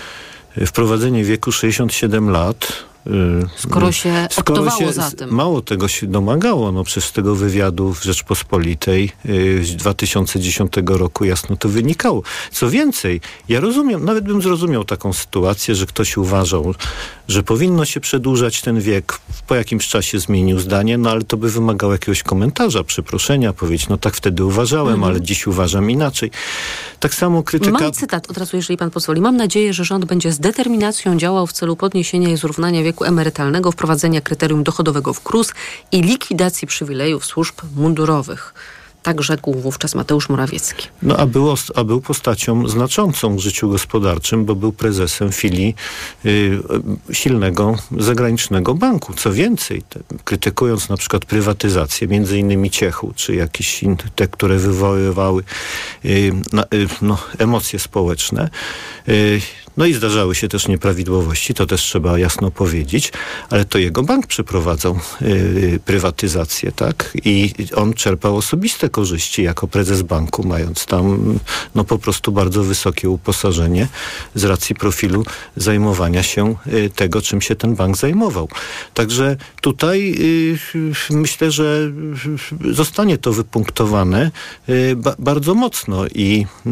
y, wprowadzenie wieku sześćdziesiąt siedem lat, Skoro się Skoro optowało się za tym. Mało tego się domagało, no przez tego wywiadu w Rzeczpospolitej z dwa tysiące dziesiątego roku jasno to wynikało. Co więcej, ja rozumiem, nawet bym zrozumiał taką sytuację, że ktoś uważał, że powinno się przedłużać ten wiek, po jakimś czasie zmienił zdanie, no ale to by wymagało jakiegoś komentarza, przeproszenia, powiedzieć, no tak wtedy uważałem, mhm. ale dziś uważam inaczej. Tak samo krytyka... Mam cytat od razu, jeżeli pan pozwoli. Mam nadzieję, że rząd będzie z determinacją działał w celu podniesienia i zrównania wieku emerytalnego, wprowadzenia kryterium dochodowego w K R U S i likwidacji przywilejów służb mundurowych. Tak rzekł wówczas Mateusz Morawiecki. No a, było, a był postacią znaczącą w życiu gospodarczym, bo był prezesem filii y, silnego zagranicznego banku. Co więcej, te, krytykując na przykład prywatyzację, między innymi Ciechu, czy jakieś in, te, które wywoływały y, na, y, no, emocje społeczne, y, no i zdarzały się też nieprawidłowości, to też trzeba jasno powiedzieć, ale to jego bank przeprowadzał yy, prywatyzację, tak? I on czerpał osobiste korzyści jako prezes banku, mając tam no po prostu bardzo wysokie uposażenie z racji profilu zajmowania się yy, tego, czym się ten bank zajmował. Także tutaj yy, myślę, że zostanie to wypunktowane yy, ba- bardzo mocno i yy,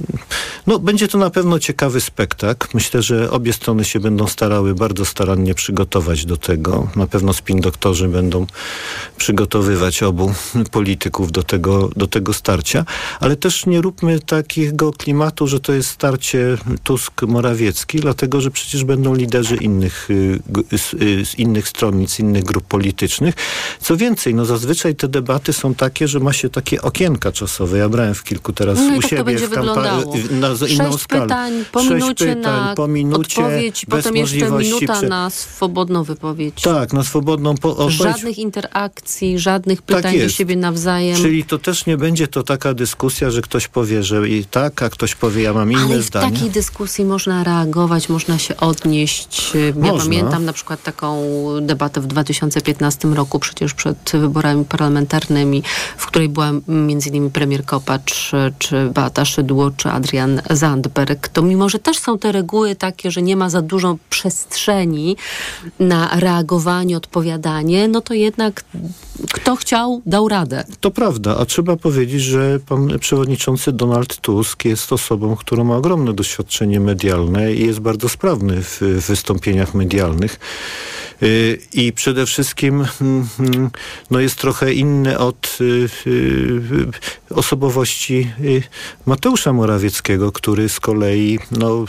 no będzie to na pewno ciekawy spektakl. Tak, myślę, że obie strony się będą starały bardzo starannie przygotować do tego. Na pewno spin doktorzy będą przygotowywać obu polityków do tego, do tego starcia, ale też nie róbmy takiego klimatu, że to jest starcie Tusk-Morawiecki, dlatego, że przecież będą liderzy innych, z innych stronnic, innych grup politycznych. Co więcej, no zazwyczaj te debaty są takie, że ma się takie okienka czasowe. Ja brałem w kilku teraz no u tak siebie w kampanii na Sześć inną skalę. Pytań, po Sześć minucie pytań, na po minucie, odpowiedź, bez potem jeszcze możliwości minuta prze... na swobodną wypowiedź. Tak, na swobodną po- odpowiedź. Żadnych interakcji, żadnych pytań tak do siebie nawzajem. Czyli to też nie będzie to taka dyskusja, że ktoś powie, że i tak, a ktoś powie, ja mam inne Ale w zdanie. w takiej dyskusji można reagować, można się odnieść. Ja można. pamiętam na przykład taką debatę w dwa tysiące piętnastym roku, przecież przed wyborami parlamentarnymi, w której była między innymi premier Kopacz, czy Beata Szydło, czy Adrian Zandberg. To mimo, że też są te reguły takie, że nie ma za dużo przestrzeni na reagowanie, odpowiadanie, no to jednak kto chciał, dał radę. To prawda, a trzeba powiedzieć, że pan przewodniczący Donald Tusk jest osobą, która ma ogromne doświadczenie medialne i jest bardzo sprawny w wystąpieniach medialnych. I przede wszystkim no jest trochę inny od osobowości Mateusza Morawieckiego, który z kolei no,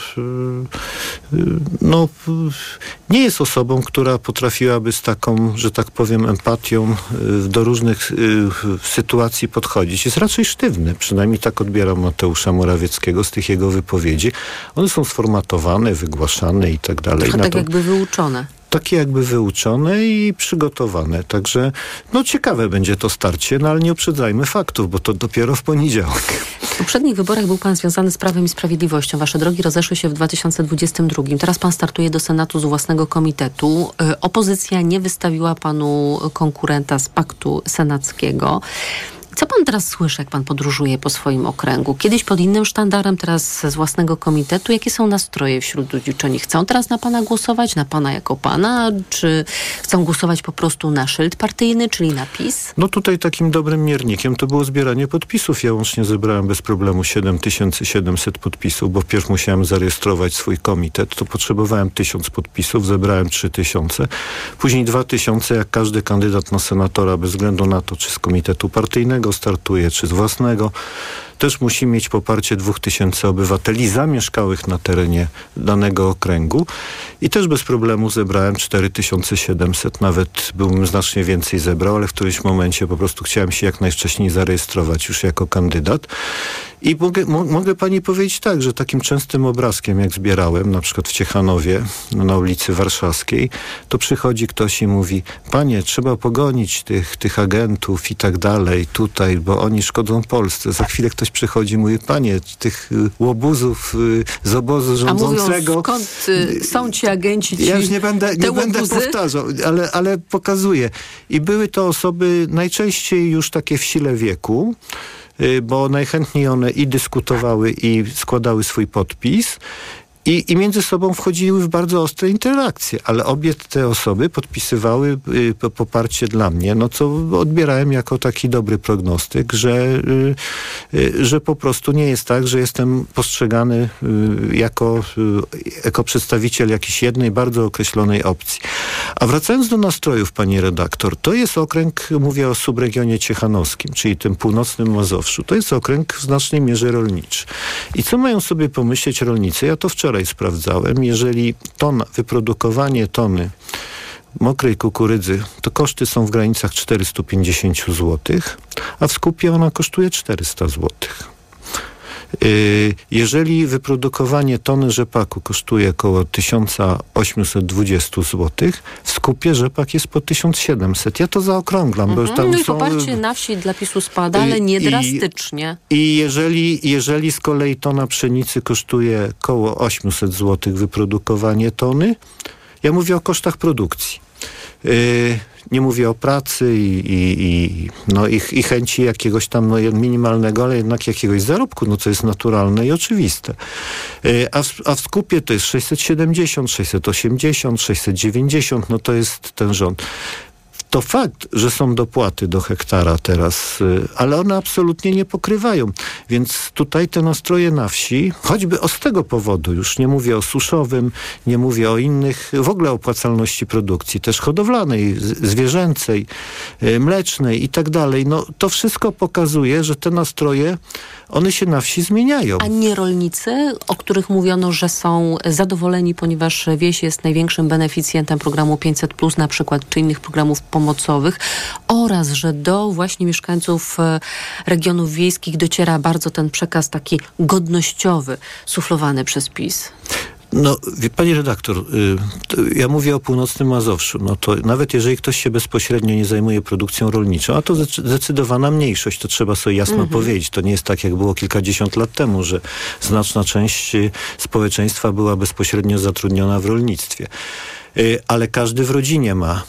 no, nie jest osobą, która potrafiłaby z taką, że tak powiem, empatią do różnych sytuacji podchodzić. Jest raczej sztywny, przynajmniej tak odbieram Mateusza Morawieckiego z tych jego wypowiedzi. One są sformatowane, wygłaszane i tak dalej. Trochę tak jakby wyuczone. takie jakby wyuczone i przygotowane. Także no ciekawe będzie to starcie, no ale nie uprzedzajmy faktów, bo to dopiero w poniedziałek. W poprzednich wyborach był pan związany z Prawem i Sprawiedliwością. Wasze drogi rozeszły się w dwa tysiące dwudziestym drugim. Teraz pan startuje do Senatu z własnego komitetu. Yy, opozycja nie wystawiła panu konkurenta z paktu senackiego. Co pan teraz słyszy, jak pan podróżuje po swoim okręgu? Kiedyś pod innym sztandarem, teraz z własnego komitetu. Jakie są nastroje wśród ludzi? Czy oni chcą teraz na pana głosować, na pana jako pana? Czy chcą głosować po prostu na szyld partyjny, czyli na PiS? No tutaj takim dobrym miernikiem to było zbieranie podpisów. Ja łącznie zebrałem bez problemu siedem tysięcy siedemset podpisów, bo wpierw musiałem zarejestrować swój komitet. To potrzebowałem tysiąc podpisów, zebrałem trzy tysiące. Później dwa tysiące, jak każdy kandydat na senatora, bez względu na to, czy z komitetu partyjnego startuje, czy z własnego, też musi mieć poparcie dwóch tysięcy obywateli zamieszkałych na terenie danego okręgu i też bez problemu zebrałem cztery tysiące siedemset, nawet byłbym znacznie więcej zebrał, ale w którymś momencie po prostu chciałem się jak najwcześniej zarejestrować już jako kandydat. I mogę, mo, mogę pani powiedzieć tak, że takim częstym obrazkiem, jak zbierałem, na przykład w Ciechanowie, na ulicy Warszawskiej, to przychodzi ktoś i mówi: panie, trzeba pogonić tych, tych agentów i tak dalej tutaj, bo oni szkodzą Polsce. Za chwilę ktoś przychodzi i mówi: panie, tych y, łobuzów y, z obozu rządzącego... A mówią, skąd y, są ci agenci, ci Ja już nie będę, nie będę powtarzał, ale, ale pokazuję. I były to osoby najczęściej już takie w sile wieku, bo najchętniej one i dyskutowały, i składały swój podpis. I, I między sobą wchodziły w bardzo ostre interakcje, ale obie te osoby podpisywały y, poparcie dla mnie, no co odbierałem jako taki dobry prognostyk, że, y, y, że po prostu nie jest tak, że jestem postrzegany y, jako, y, jako przedstawiciel jakiejś jednej bardzo określonej opcji. A wracając do nastrojów, pani redaktor, to jest okręg, mówię o subregionie ciechanowskim, czyli tym północnym Mazowszu. To jest okręg w znacznej mierze rolniczy. I co mają sobie pomyśleć rolnicy? Ja to wczoraj sprawdzałem. Jeżeli tona, wyprodukowanie tony mokrej kukurydzy, to koszty są w granicach czterysta pięćdziesiąt złotych, a w skupie ona kosztuje czterysta złotych. Jeżeli wyprodukowanie tony rzepaku kosztuje około tysiąc osiemset dwadzieścia złotych, w skupie rzepak jest po tysiąc siedemset. Ja to zaokrąglam. Mhm. Bo tam no i są... poparcie na wsi dla PiSu spada, ale nie drastycznie. I, i jeżeli, jeżeli z kolei tona pszenicy kosztuje około osiemset złotych wyprodukowanie tony, ja mówię o kosztach produkcji. Yy, nie mówię o pracy i, i, i, no, i, i chęci jakiegoś tam no, minimalnego, ale jednak jakiegoś zarobku, no co jest naturalne i oczywiste. Yy, a, w, a w skupie to jest sześćset siedemdziesiąt, sześćset osiemdziesiąt, sześćset dziewięćdziesiąt, no to jest ten rząd. To fakt, że są dopłaty do hektara teraz, ale one absolutnie nie pokrywają. Więc tutaj te nastroje na wsi, choćby o z tego powodu, już nie mówię o suszowym, nie mówię o innych, w ogóle opłacalności produkcji, też hodowlanej, zwierzęcej, mlecznej i tak dalej. No to wszystko pokazuje, że te nastroje, one się na wsi zmieniają. A nie rolnicy, o których mówiono, że są zadowoleni, ponieważ wieś jest największym beneficjentem programu pięćset plus na przykład, czy innych programów pomocowych, oraz, że do właśnie mieszkańców regionów wiejskich dociera bardzo ten przekaz taki godnościowy, suflowany przez PiS. No, pani redaktor, ja mówię o północnym Mazowszu. No to nawet jeżeli ktoś się bezpośrednio nie zajmuje produkcją rolniczą, a to zdecydowana mniejszość, to trzeba sobie jasno mhm. powiedzieć. To nie jest tak, jak było kilkadziesiąt lat temu, że znaczna część społeczeństwa była bezpośrednio zatrudniona w rolnictwie. Ale każdy w rodzinie ma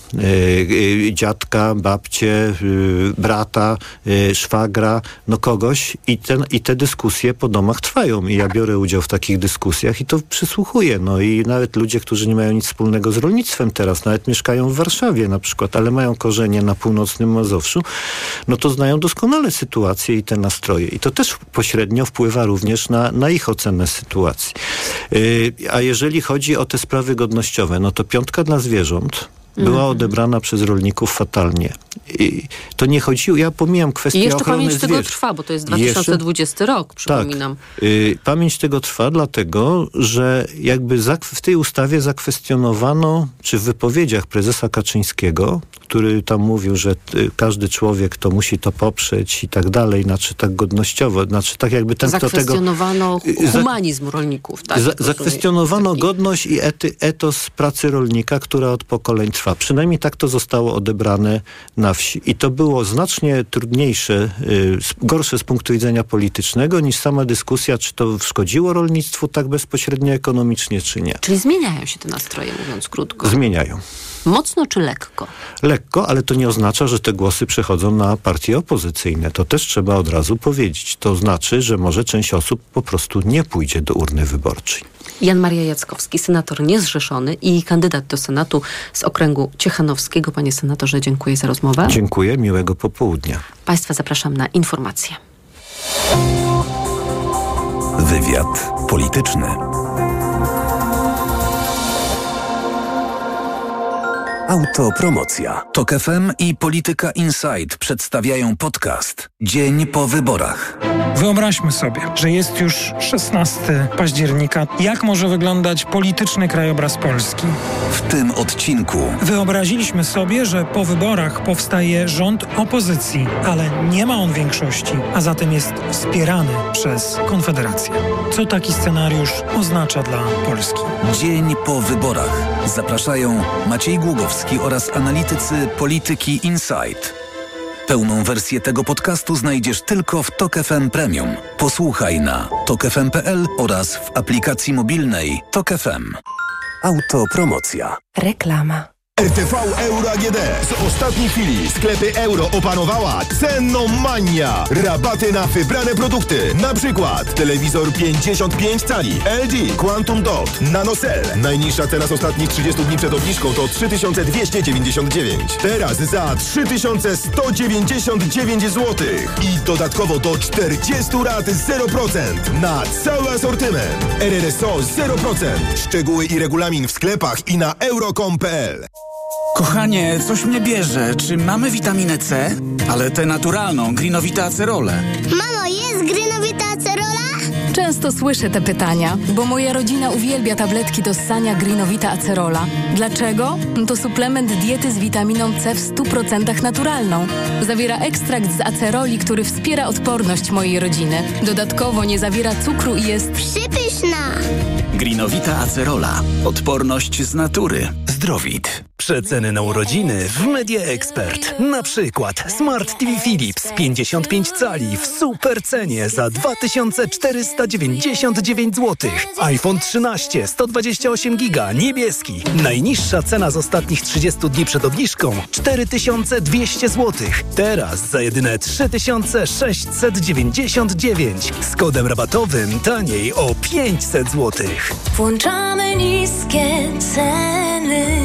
y, dziadka, babcię, y, brata, y, szwagra, no kogoś i, ten, i te dyskusje po domach trwają. I ja biorę udział w takich dyskusjach i to przysłuchuję. No i nawet ludzie, którzy nie mają nic wspólnego z rolnictwem teraz, nawet mieszkają w Warszawie na przykład, ale mają korzenie na północnym Mazowszu, no to znają doskonale sytuację i te nastroje. I to też pośrednio wpływa również na, na ich ocenę sytuacji. Y, a jeżeli chodzi o te sprawy godnościowe, no to piątka dla zwierząt była odebrana przez rolników fatalnie. I to nie chodziło, ja pomijam kwestię I jeszcze ochrony pamięć zwierząt. tego trwa, bo to jest dwa tysiące dwudziesty jeszcze, rok, przypominam. Tak, y, pamięć tego trwa dlatego, że jakby zak- w tej ustawie zakwestionowano, czy w wypowiedziach prezesa Kaczyńskiego, który tam mówił, że y, każdy człowiek to musi to poprzeć i tak dalej, znaczy tak godnościowo, znaczy tak jakby ten, kto tego... Zakwestionowano humanizm rolników, tak? Za, zakwestionowano taki... godność i ety, etos pracy rolnika, która od pokoleń trwa. Przynajmniej tak to zostało odebrane na wsi. I to było znacznie trudniejsze, y, gorsze z punktu widzenia politycznego niż sama dyskusja, czy to szkodziło rolnictwu tak bezpośrednio ekonomicznie, czy nie. Czyli zmieniają się te nastroje, mówiąc krótko. Zmieniają. Mocno czy lekko? Lekko, ale to nie oznacza, że te głosy przechodzą na partie opozycyjne. To też trzeba od razu powiedzieć. To znaczy, że może część osób po prostu nie pójdzie do urny wyborczej. Jan Maria Jackowski, senator niezrzeszony i kandydat do Senatu z okręgu ciechanowskiego. Panie senatorze, dziękuję za rozmowę. Dziękuję, miłego popołudnia. Państwa zapraszam na informacje. Wywiad polityczny. Autopromocja. Tok F M i Polityka Insight przedstawiają podcast Dzień po wyborach. Wyobraźmy sobie, że jest już szesnastego października. Jak może wyglądać polityczny krajobraz Polski? W tym odcinku wyobraziliśmy sobie, że po wyborach powstaje rząd opozycji, ale nie ma on większości, a zatem jest wspierany przez Konfederację. Co taki scenariusz oznacza dla Polski? Dzień po wyborach. Zapraszają Maciej Głogowski oraz analitycy Polityki Insight. Pełną wersję tego podcastu znajdziesz tylko w Tok F M Premium. Posłuchaj na tok f m kropka p l oraz w aplikacji mobilnej Tok F M. Autopromocja. Reklama. R T V Euro A G D. Z ostatniej chwili sklepy euro opanowała cenomania. Rabaty na wybrane produkty. Na przykład telewizor pięćdziesiąt pięć cali L G Quantum Dot NanoCell. Najniższa cena z ostatnich trzydziestu dni przed obniżką to trzy tysiące dwieście dziewięćdziesiąt dziewięć. Teraz za trzy tysiące sto dziewięćdziesiąt dziewięć złotych. I dodatkowo do czterdziestu rat zero procent na cały asortyment. R R S O zero procent. Szczegóły i regulamin w sklepach i na euro kropka com kropka p l. Kochanie, coś mnie bierze. Czy mamy witaminę C? Ale tę naturalną, Greenowita Acerolę. Mamo, jest Greenowita Acerola? Często słyszę te pytania, bo moja rodzina uwielbia tabletki do ssania Greenowita Acerola. Dlaczego? To suplement diety z witaminą C w stu procentach naturalną. Zawiera ekstrakt z aceroli, który wspiera odporność mojej rodziny. Dodatkowo nie zawiera cukru i jest przypyszna. Greenowita Acerola. Odporność z natury. Zdrowit. Przeceny na urodziny w Media Expert. Na przykład Smart T V Philips pięćdziesiąt pięć cali w super cenie za dwa tysiące czterysta dziewięćdziesiąt dziewięć złotych. iPhone trzynaście sto dwadzieścia osiem giga niebieski. Najniższa cena z ostatnich trzydziestu dni przed obniżką cztery tysiące dwieście złotych. Teraz za jedyne trzy tysiące sześćset dziewięćdziesiąt dziewięć. Z kodem rabatowym taniej o pięćset złotych. Włączamy niskie ceny.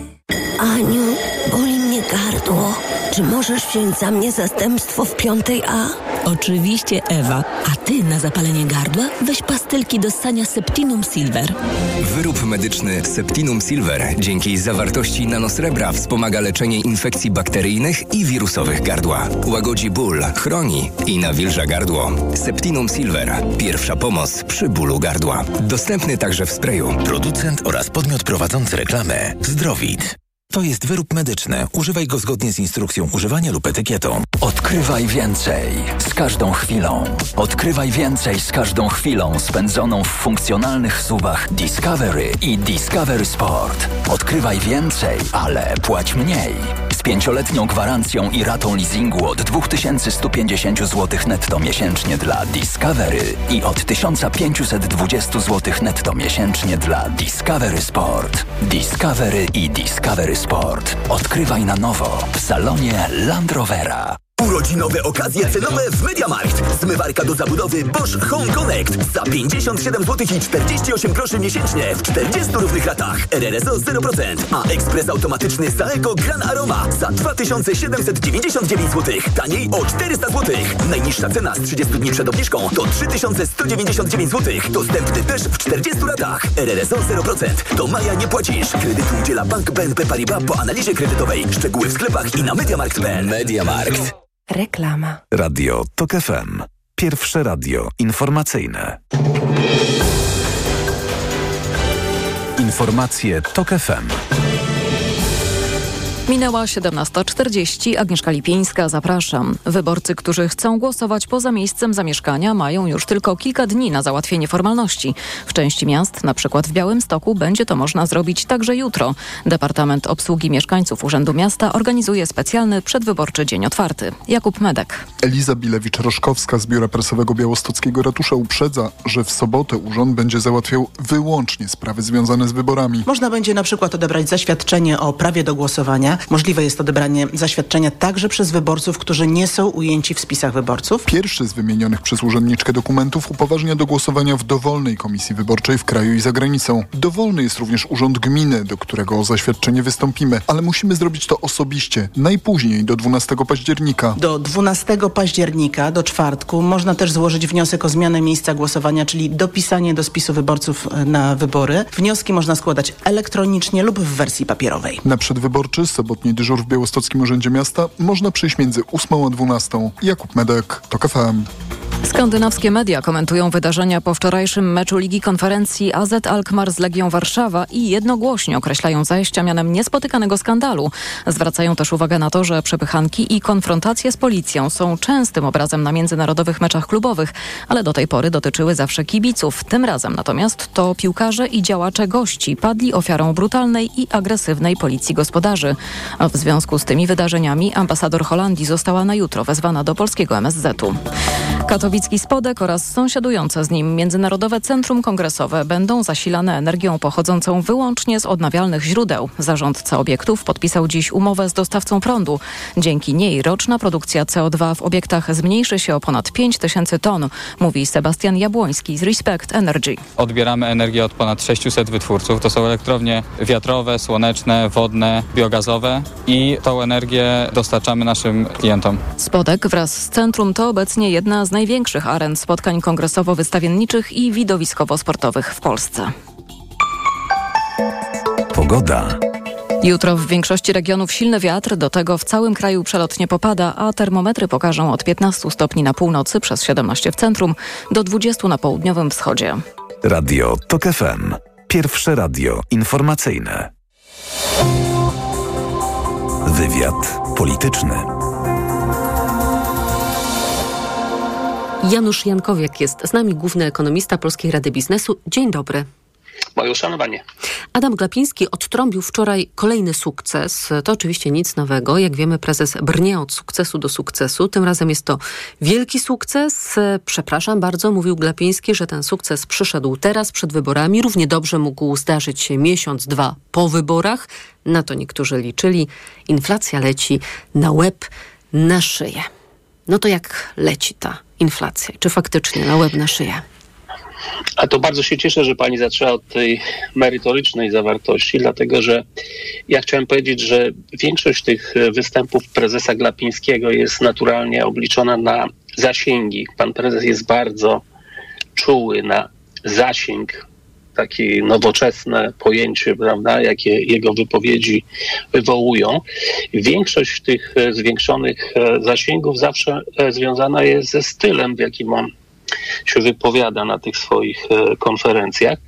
Aniu, boli mnie gardło. Czy możesz wziąć za mnie zastępstwo w piątej A? Oczywiście, Ewa. A ty na zapalenie gardła weź pastylki do ssania Septinum Silver. Wyrób medyczny Septinum Silver dzięki zawartości nanosrebra wspomaga leczenie infekcji bakteryjnych i wirusowych gardła. Łagodzi ból, chroni i nawilża gardło. Septinum Silver. Pierwsza pomoc przy bólu gardła. Dostępny także w sprayu. Producent oraz podmiot prowadzący reklamę Zdrowit. To jest wyrób medyczny. Używaj go zgodnie z instrukcją używania lub etykietą. Odkrywaj więcej z każdą chwilą. Odkrywaj więcej z każdą chwilą spędzoną w funkcjonalnych suwach Discovery i Discovery Sport. Odkrywaj więcej, ale płać mniej. Z pięcioletnią gwarancją i ratą leasingu od dwa tysiące sto pięćdziesiąt złotych netto miesięcznie dla Discovery i od tysiąc pięćset dwadzieścia złotych netto miesięcznie dla Discovery Sport. Discovery i Discovery Sport. Odkrywaj na nowo w salonie Land Rovera. Urodzinowe okazje cenowe w MediaMarkt. Zmywarka do zabudowy Bosch Home Connect za pięćdziesiąt siedem złotych i czterdzieści osiem groszy miesięcznie w czterdziestu równych ratach. R R S O zero procent. A ekspres automatyczny Saeco Gran Aroma za dwa tysiące siedemset dziewięćdziesiąt dziewięć złotych. Taniej o czterysta złotych. Najniższa cena z trzydziestu dni przed obniżką to trzy tysiące sto dziewięćdziesiąt dziewięć złotych. Dostępny też w czterdziestu ratach. R R S O zero procent. Do maja nie płacisz. Kredytu udziela Bank B N P Paribas po analizie kredytowej. Szczegóły w sklepach i na mediamarkt kropka p l. MediaMarkt. Reklama. Radio TOK F M. Pierwsze radio informacyjne. Informacje TOK F M. Minęła siedemnasta czterdzieści. Agnieszka Lipińska, zapraszam. Wyborcy, którzy chcą głosować poza miejscem zamieszkania, mają już tylko kilka dni na załatwienie formalności. W części miast, na przykład w Białymstoku, będzie to można zrobić także jutro. Departament Obsługi Mieszkańców Urzędu Miasta organizuje specjalny przedwyborczy dzień otwarty. Jakub Medek. Eliza Bilewicz-Roszkowska z Biura Prasowego Białostockiego Ratusza uprzedza, że w sobotę urząd będzie załatwiał wyłącznie sprawy związane z wyborami. Można będzie na przykład odebrać zaświadczenie o prawie do głosowania. Możliwe jest odebranie zaświadczenia także przez wyborców, którzy nie są ujęci w spisach wyborców. Pierwszy z wymienionych przez urzędniczkę dokumentów upoważnia do głosowania w dowolnej komisji wyborczej w kraju i za granicą. Dowolny jest również urząd gminy, do którego o zaświadczenie wystąpimy, ale musimy zrobić to osobiście, najpóźniej do dwunastego października. Do dwunastego października, do czwartku, można też złożyć wniosek o zmianę miejsca głosowania, czyli dopisanie do spisu wyborców na wybory. Wnioski można składać elektronicznie lub w wersji papierowej. Na przedwyborczy sobotni dyżur w Białostockim Urzędzie Miasta można przyjść między ósmą a dwunastą. Jakub Medek, TOK F M. Skandynawskie media komentują wydarzenia po wczorajszym meczu Ligi Konferencji A Z Alkmaar z Legią Warszawa i jednogłośnie określają zajścia mianem niespotykanego skandalu. Zwracają też uwagę na to, że przepychanki i konfrontacje z policją są częstym obrazem na międzynarodowych meczach klubowych, ale do tej pory dotyczyły zawsze kibiców. Tym razem natomiast to piłkarze i działacze gości padli ofiarą brutalnej i agresywnej policji gospodarzy. A w związku z tymi wydarzeniami ambasador Holandii została na jutro wezwana do polskiego M S Z-u. Katowicki Spodek oraz sąsiadujące z nim Międzynarodowe Centrum Kongresowe będą zasilane energią pochodzącą wyłącznie z odnawialnych źródeł. Zarządca obiektów podpisał dziś umowę z dostawcą prądu. Dzięki niej roczna produkcja C O dwa w obiektach zmniejszy się o ponad pięć tysięcy ton, mówi Sebastian Jabłoński z Respect Energy. Odbieramy energię od ponad sześciuset wytwórców. To są elektrownie wiatrowe, słoneczne, wodne, biogazowe i tą energię dostarczamy naszym klientom. Spodek wraz z centrum to obecnie jedna z największych aren spotkań kongresowo-wystawienniczych i widowiskowo-sportowych w Polsce. Pogoda. Jutro w większości regionów silny wiatr, do tego w całym kraju przelotnie popada, a termometry pokażą od piętnastu stopni na północy przez siedemnaście w centrum do dwudziestu na południowym wschodzie. Radio TOK F M. Pierwsze radio informacyjne. Wywiad polityczny. Janusz Jankowiak jest z nami, główny ekonomista Polskiej Rady Biznesu. Dzień dobry. Moje uszanowanie. Adam Glapiński odtrąbił wczoraj kolejny sukces. To oczywiście nic nowego. Jak wiemy, prezes brnie od sukcesu do sukcesu. Tym razem jest to wielki sukces. Przepraszam bardzo, mówił Glapiński, że ten sukces przyszedł teraz, przed wyborami. Równie dobrze mógł zdarzyć się miesiąc, dwa po wyborach. Na to niektórzy liczyli. Inflacja leci na łeb, na szyję. No to jak leci ta inflacja? Czy faktycznie na łeb, na szyję? A to bardzo się cieszę, że pani zaczęła od tej merytorycznej zawartości, dlatego że ja chciałem powiedzieć, że większość tych występów prezesa Glapińskiego jest naturalnie obliczona na zasięgi. Pan prezes jest bardzo czuły na zasięg, takie nowoczesne pojęcie, prawda, jakie jego wypowiedzi wywołują. Większość tych zwiększonych zasięgów zawsze związana jest ze stylem, w jakim on się wypowiada na tych swoich konferencjach.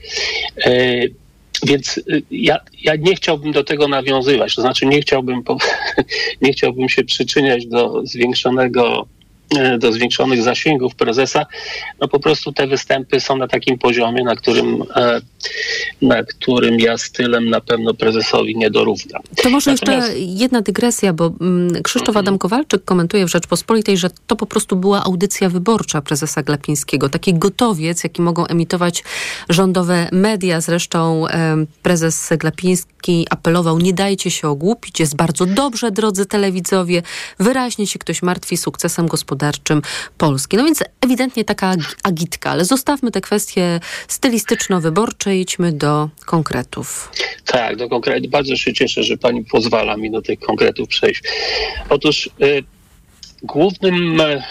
Więc ja, ja nie chciałbym do tego nawiązywać, to znaczy nie chciałbym, po, nie chciałbym się przyczyniać do zwiększonego do zwiększonych zasięgów prezesa, no po prostu te występy są na takim poziomie, na którym, na którym ja stylem na pewno prezesowi nie dorównam. To może Natomiast... jeszcze jedna dygresja, bo Krzysztof Adam Kowalczyk komentuje w Rzeczpospolitej, że to po prostu była audycja wyborcza prezesa Glapińskiego. Taki gotowiec, jaki mogą emitować rządowe media. Zresztą prezes Glapiński apelował, nie dajcie się ogłupić, jest bardzo dobrze, drodzy telewidzowie. Wyraźnie się ktoś martwi sukcesem gospodarczym Polski. No więc ewidentnie taka agitka, ale zostawmy te kwestie stylistyczno-wyborcze i idźmy do konkretów. Tak, do konkretów. Bardzo się cieszę, że pani pozwala mi do tych konkretów przejść. Otóż y, głównym y,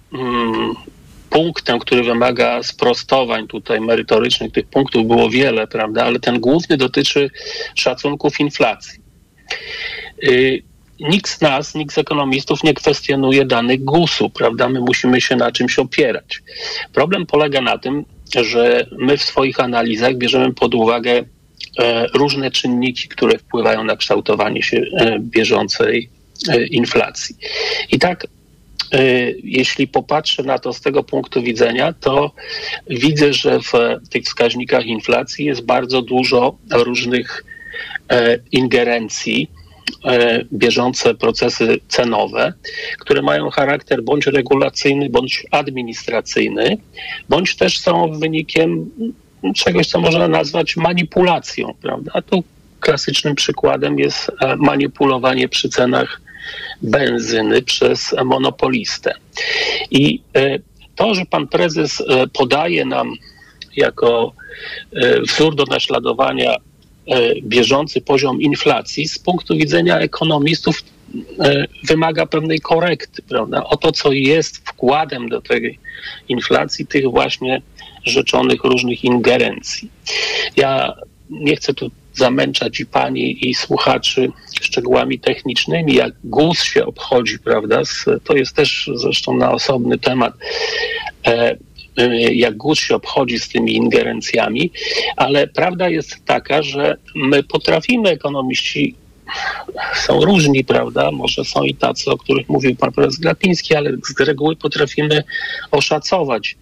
punktem, który wymaga sprostowań tutaj merytorycznych, tych punktów było wiele, prawda, ale ten główny dotyczy szacunków inflacji. Y, Nikt z nas, nikt z ekonomistów nie kwestionuje danych gusu, prawda? My musimy się na czymś opierać. Problem polega na tym, że my w swoich analizach bierzemy pod uwagę e, różne czynniki, które wpływają na kształtowanie się e, bieżącej e, inflacji. I tak, e, jeśli popatrzę na to z tego punktu widzenia, to widzę, że w tych wskaźnikach inflacji jest bardzo dużo różnych e, ingerencji, bieżące procesy cenowe, które mają charakter bądź regulacyjny, bądź administracyjny, bądź też są wynikiem czegoś, co można nazwać manipulacją, prawda? A tu klasycznym przykładem jest manipulowanie przy cenach benzyny przez monopolistę. I to, że pan prezes podaje nam jako wzór do naśladowania bieżący poziom inflacji, z punktu widzenia ekonomistów wymaga pewnej korekty, prawda? O to, co jest wkładem do tej inflacji, tych właśnie rzeczonych różnych ingerencji. Ja nie chcę tu zamęczać i pani, i słuchaczy szczegółami technicznymi, jak GUS się obchodzi, prawda? To jest też zresztą na osobny temat, jak GUS się obchodzi z tymi ingerencjami, ale prawda jest taka, że my potrafimy, ekonomiści są różni, prawda, może są i tacy, o których mówił pan prezes Glapiński, ale z reguły potrafimy oszacować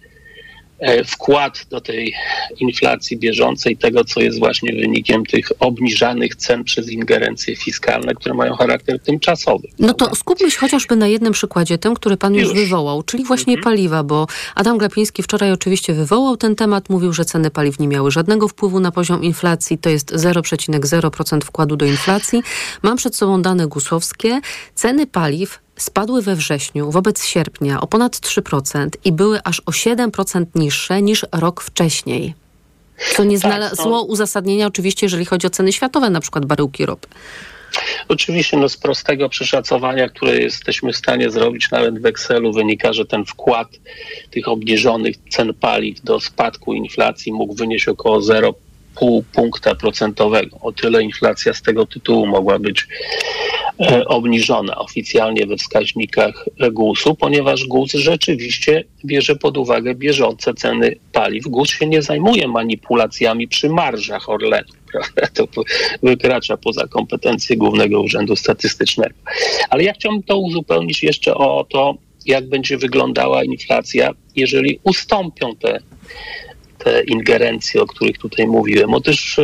wkład do tej inflacji bieżącej, tego, co jest właśnie wynikiem tych obniżanych cen przez ingerencje fiskalne, które mają charakter tymczasowy. No to skupmy się chociażby na jednym przykładzie, tym, który pan już, już wywołał, czyli właśnie mhm. paliwa, bo Adam Glapiński wczoraj oczywiście wywołał ten temat, mówił, że ceny paliw nie miały żadnego wpływu na poziom inflacji, to jest zero przecinek zero procent wkładu do inflacji. Mam przed sobą dane gusowskie. Ceny paliw spadły we wrześniu wobec sierpnia o ponad trzy procent i były aż o siedem procent niższe niż rok wcześniej. Co nie znalazło tak, no. uzasadnienia oczywiście, jeżeli chodzi o ceny światowe, na przykład baryłki ropy. Oczywiście no z prostego przeszacowania, które jesteśmy w stanie zrobić nawet w Excelu, wynika, że ten wkład tych obniżonych cen paliw do spadku inflacji mógł wynieść około zero przecinek pięć punkta procentowego. O tyle inflacja z tego tytułu mogła być e, obniżona oficjalnie we wskaźnikach gusu, ponieważ GUS rzeczywiście bierze pod uwagę bieżące ceny paliw. GUS się nie zajmuje manipulacjami przy marżach Orlenu. Prawda? To wykracza poza kompetencje Głównego Urzędu Statystycznego. Ale ja chciałbym to uzupełnić jeszcze o to, jak będzie wyglądała inflacja, jeżeli ustąpią te te ingerencje, o których tutaj mówiłem. Otóż,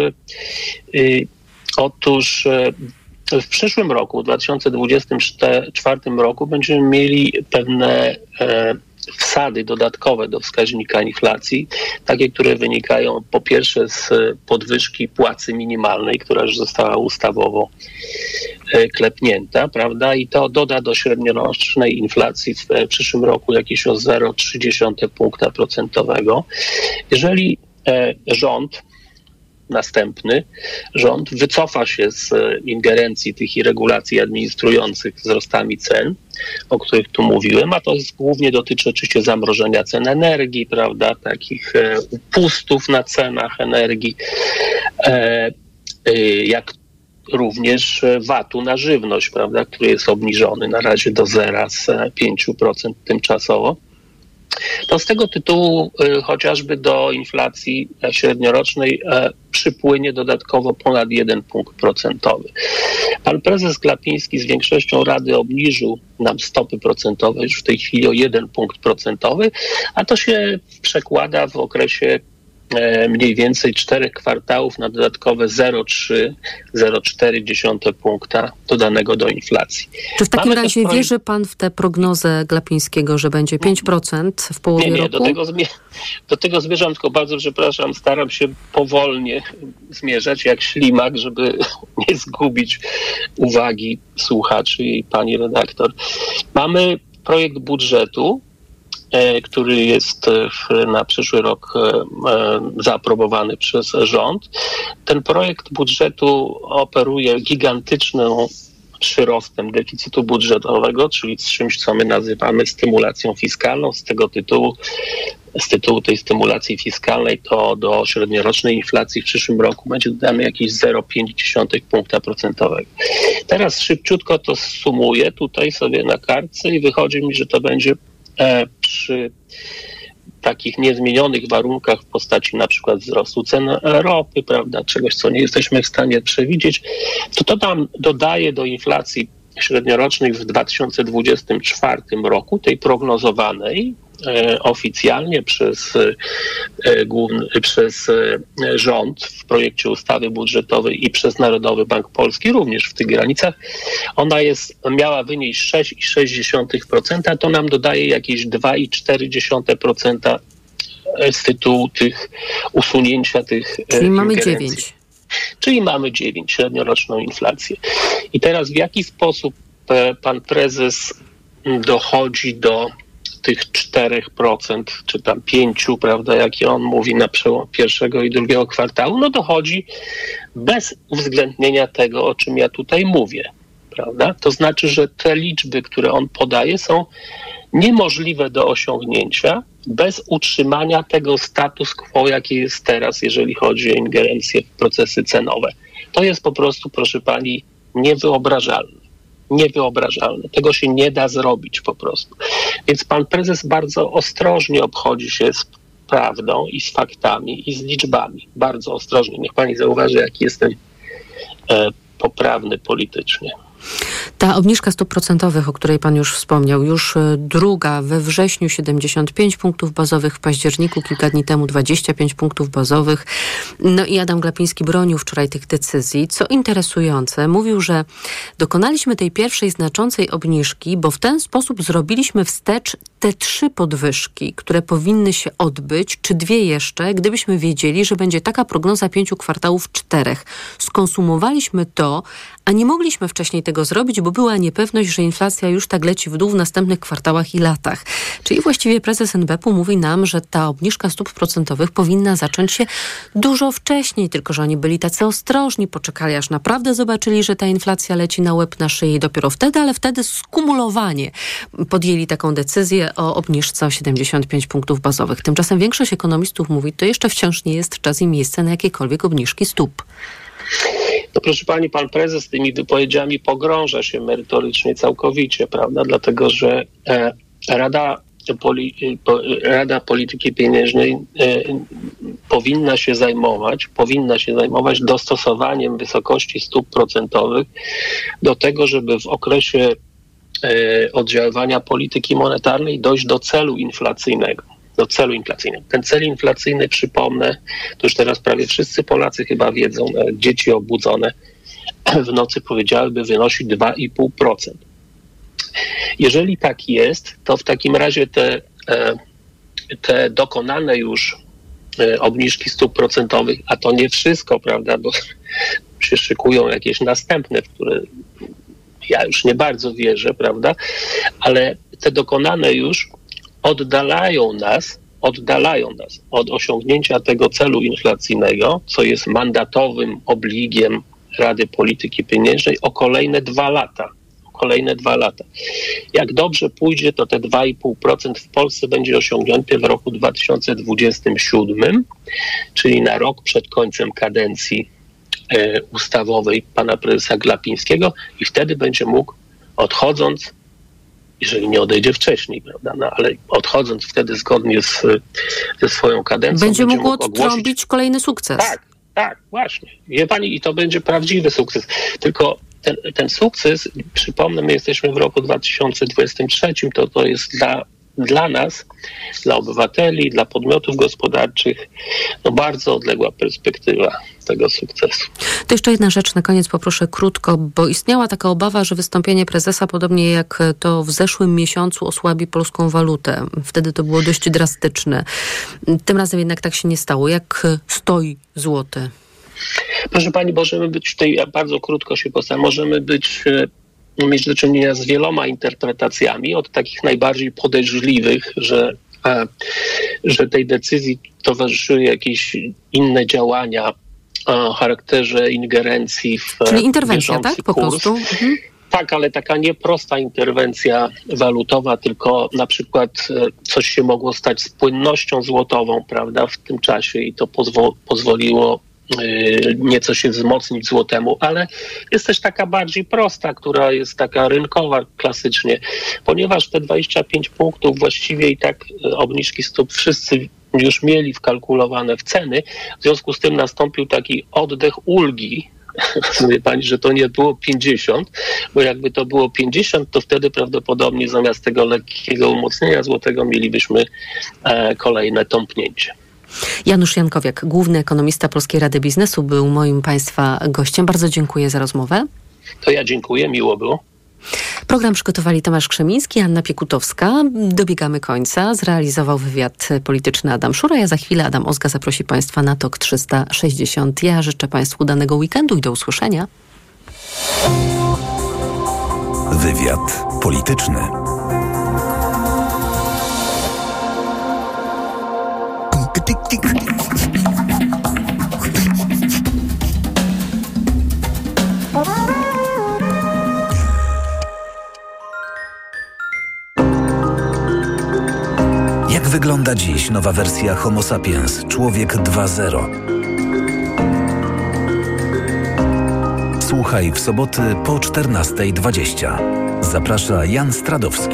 yy, otóż yy, w przyszłym roku, w dwa tysiące dwudziestym czwartym roku, będziemy mieli pewne yy, wsady dodatkowe do wskaźnika inflacji, takie, które wynikają po pierwsze z podwyżki płacy minimalnej, która już została ustawowo klepnięta, prawda, i to doda do średniorocznej inflacji w przyszłym roku jakieś o zero przecinek trzy punkta procentowego. Jeżeli rząd, następny rząd wycofa się z ingerencji tych i regulacji administrujących wzrostami cen, o których tu mówiłem, a to głównie dotyczy oczywiście zamrożenia cen energii, prawda, takich upustów na cenach energii, jak również vatu na żywność, prawda, który jest obniżony na razie do zera z pięć procent tymczasowo. to z tego tytułu y, chociażby do inflacji średniorocznej y, przypłynie dodatkowo ponad jeden punkt procentowy. Pan prezes Glapiński z większością Rady obniżył nam stopy procentowe już w tej chwili o jeden punkt procentowy, a to się przekłada w okresie mniej więcej czterech kwartałów na dodatkowe zero przecinek trzy do zero przecinek cztery punkta dodanego do inflacji. Czy w takim Mamy razie projekt... wierzy pan w tę prognozę Glapińskiego, że będzie pięć procent w połowie nie, nie, roku? Do tego, zmie- do tego zmierzam, tylko bardzo przepraszam, staram się powolnie zmierzać jak ślimak, żeby nie zgubić uwagi słuchaczy i pani redaktor. Mamy projekt budżetu, który jest na przyszły rok zaaprobowany przez rząd. Ten projekt budżetu operuje gigantycznym przyrostem deficytu budżetowego, czyli z czymś, co my nazywamy stymulacją fiskalną. Z tego tytułu, z tytułu tej stymulacji fiskalnej to do średniorocznej inflacji w przyszłym roku będzie dodane jakieś zero przecinek pięć punkta procentowego. Teraz szybciutko to sumuję tutaj sobie na kartce i wychodzi mi, że to będzie przy takich niezmienionych warunkach w postaci na przykład wzrostu cen ropy, prawda, czegoś, co nie jesteśmy w stanie przewidzieć, to to nam dodaje do inflacji średniorocznej w dwa tysiące dwudziestym czwartym roku, tej prognozowanej e, oficjalnie przez, e, główny, przez e, rząd w projekcie ustawy budżetowej i przez Narodowy Bank Polski, również w tych granicach, ona jest, miała wynieść sześć przecinek sześć procent, a to nam dodaje jakieś dwa przecinek cztery procent z tytułu tych usunięcia tych Czyli mamy ingerencji. dziewięć. Czyli mamy dziewięć średnioroczną inflację. I teraz w jaki sposób pan prezes dochodzi do tych czterech procent, czy tam pięciu, prawda, jakie on mówi na przełom pierwszego i drugiego kwartału? No dochodzi bez uwzględnienia tego, o czym ja tutaj mówię, prawda? To znaczy, że te liczby, które on podaje, są niemożliwe do osiągnięcia bez utrzymania tego status quo, jaki jest teraz, jeżeli chodzi o ingerencję w procesy cenowe. To jest po prostu, proszę pani, niewyobrażalne. Niewyobrażalne. Tego się nie da zrobić po prostu. Więc pan prezes bardzo ostrożnie obchodzi się z prawdą i z faktami i z liczbami. Bardzo ostrożnie. Niech pani zauważy, jaki jestem e, poprawny politycznie. Ta obniżka stóp procentowych, o której pan już wspomniał, już druga we wrześniu siedemdziesiąt pięć punktów bazowych, w październiku kilka dni temu dwadzieścia pięć punktów bazowych. No i Adam Glapiński bronił wczoraj tych decyzji. Co interesujące, mówił, że dokonaliśmy tej pierwszej znaczącej obniżki, bo w ten sposób zrobiliśmy wstecz te trzy podwyżki, które powinny się odbyć, czy dwie jeszcze, gdybyśmy wiedzieli, że będzie taka prognoza pięciu kwartałów, czterech. Skonsumowaliśmy to, a nie mogliśmy wcześniej tego zrobić, bo była niepewność, że inflacja już tak leci w dół w następnych kwartałach i latach. Czyli właściwie prezes en be pe u mówi nam, że ta obniżka stóp procentowych powinna zacząć się dużo wcześniej, tylko że oni byli tacy ostrożni, poczekali aż naprawdę zobaczyli, że ta inflacja leci na łeb na szyję i dopiero wtedy, ale wtedy skumulowanie podjęli taką decyzję o obniżce o siedemdziesiąt pięć punktów bazowych. Tymczasem większość ekonomistów mówi, to jeszcze wciąż nie jest czas i miejsce na jakiekolwiek obniżki stóp. No proszę pani, pan prezes tymi wypowiedziami pogrąża się merytorycznie całkowicie, prawda? Dlatego, że e, Rada, Poli, po, Rada Polityki Pieniężnej e, powinna się zajmować, powinna się zajmować dostosowaniem wysokości stóp procentowych do tego, żeby w okresie e, oddziaływania polityki monetarnej dojść do celu inflacyjnego. do celu inflacyjnego. Ten cel inflacyjny, przypomnę, to już teraz prawie wszyscy Polacy chyba wiedzą, dzieci obudzone w nocy powiedziałyby, wynosi dwa i pół procent. Jeżeli tak jest, to w takim razie te, te dokonane już obniżki stóp procentowych, a to nie wszystko, prawda, bo się szykują jakieś następne, w które ja już nie bardzo wierzę, prawda, ale te dokonane już oddalają nas, oddalają nas od osiągnięcia tego celu inflacyjnego, co jest mandatowym obligiem Rady Polityki Pieniężnej o kolejne dwa lata. Kolejne dwa lata. Jak dobrze pójdzie, to te dwa i pół procent w Polsce będzie osiągnięte w roku dwa tysiące dwudziestym siódmym, czyli na rok przed końcem kadencji e, ustawowej pana prezesa Glapińskiego i wtedy będzie mógł, odchodząc jeżeli nie odejdzie wcześniej, prawda? No, ale odchodząc wtedy zgodnie z, ze swoją kadencją... Będzie, będzie mógł ogłosić... odtrąbić kolejny sukces. Tak, tak, właśnie. Wie pani, i to będzie prawdziwy sukces. Tylko ten, ten sukces, przypomnę, my jesteśmy w roku dwa tysiące dwudziestym trzecim, to to jest dla, dla nas, dla obywateli, dla podmiotów gospodarczych, no bardzo odległa perspektywa tego sukcesu. To jeszcze jedna rzecz na koniec, poproszę krótko, bo istniała taka obawa, że wystąpienie prezesa, podobnie jak to w zeszłym miesiącu, osłabi polską walutę. Wtedy to było dość drastyczne. Tym razem jednak tak się nie stało. Jak stoi złoty? Proszę pani, możemy być tutaj, ja bardzo krótko się postaram, możemy być, mieć do czynienia z wieloma interpretacjami, od takich najbardziej podejrzliwych, że, że tej decyzji towarzyszyły jakieś inne działania o charakterze ingerencji w Czyli interwencja, tak? Po kurs. prostu? Mhm. Tak, ale taka nieprosta interwencja walutowa, tylko na przykład coś się mogło stać z płynnością złotową, prawda, w tym czasie i to pozwo- pozwoliło nieco się wzmocnić złotemu, ale jest też taka bardziej prosta, która jest taka rynkowa klasycznie, ponieważ te dwadzieścia pięć punktów właściwie i tak obniżki stóp wszyscy już mieli wkalkulowane w ceny, w związku z tym nastąpił taki oddech ulgi. Wie pani, że to nie było pięćdziesiąt, bo jakby to było pięćdziesiąt, to wtedy prawdopodobnie zamiast tego lekkiego umocnienia złotego mielibyśmy e, kolejne tąpnięcie. Janusz Jankowiak, główny ekonomista Polskiej Rady Biznesu, był moim Państwa gościem. Bardzo dziękuję za rozmowę. To ja dziękuję, miło było. Program przygotowali Tomasz Krzemiński, Anna Piekutowska. Dobiegamy końca. Zrealizował wywiad polityczny Adam Szura. Ja za chwilę, Adam Ozga, zaprosi Państwa na Tok trzysta sześćdziesiąt. Ja życzę Państwu udanego weekendu i do usłyszenia. Wywiad polityczny. Jak wygląda dziś nowa wersja Homo sapiens, człowiek dwa zero? Słuchaj w soboty po czternasta dwadzieścia. Zaprasza Jan Stradowski.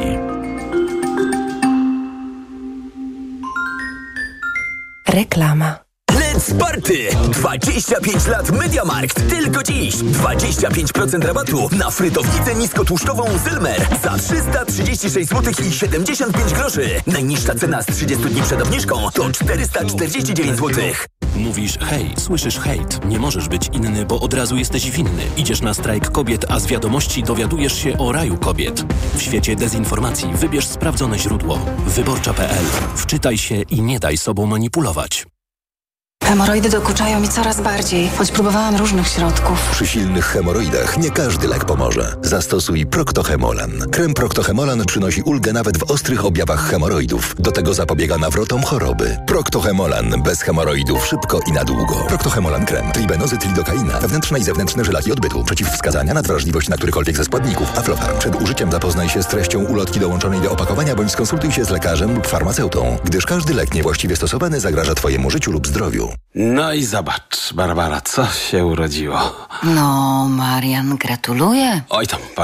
Reklama. Let's Party! dwadzieścia pięć lat MediaMarkt. Tylko dziś. dwadzieścia pięć procent rabatu na frytownicę niskotłuszczową Zylmer za trzysta trzydzieści sześć złotych i siedemdziesiąt pięć groszy. Najniższa cena z trzydziestu dni przed obniżką to czterysta czterdzieści dziewięć złotych. Mówisz hej, słyszysz hejt. Nie możesz być inny, bo od razu jesteś winny. Idziesz na strajk kobiet, a z wiadomości dowiadujesz się o raju kobiet. W świecie dezinformacji wybierz sprawdzone źródło. Wyborcza kropka pe el. Wczytaj się i nie daj sobą manipulować. Hemoroidy dokuczają mi coraz bardziej, choć próbowałam różnych środków. Przy silnych hemoroidach nie każdy lek pomoże. Zastosuj Proctohemolan. Krem Proctohemolan przynosi ulgę nawet w ostrych objawach hemoroidów. Do tego zapobiega nawrotom choroby. Proctohemolan. Bez hemoroidów szybko i na długo. Proctohemolan krem. Tribenozyt, lidokaina. Wewnętrzne i zewnętrzne żylaki odbytu. Przeciwwskazania, nadwrażliwość na którykolwiek ze składników. Aflofarm. Przed użyciem zapoznaj się z treścią ulotki dołączonej do opakowania bądź skonsultuj się z lekarzem lub farmaceutą, gdyż każdy lek niewłaściwie stosowany zagraża Twojemu życiu lub zdrowiu. No i zobacz, Barbara, co się urodziło. No, Marian, gratuluję. Oj tam,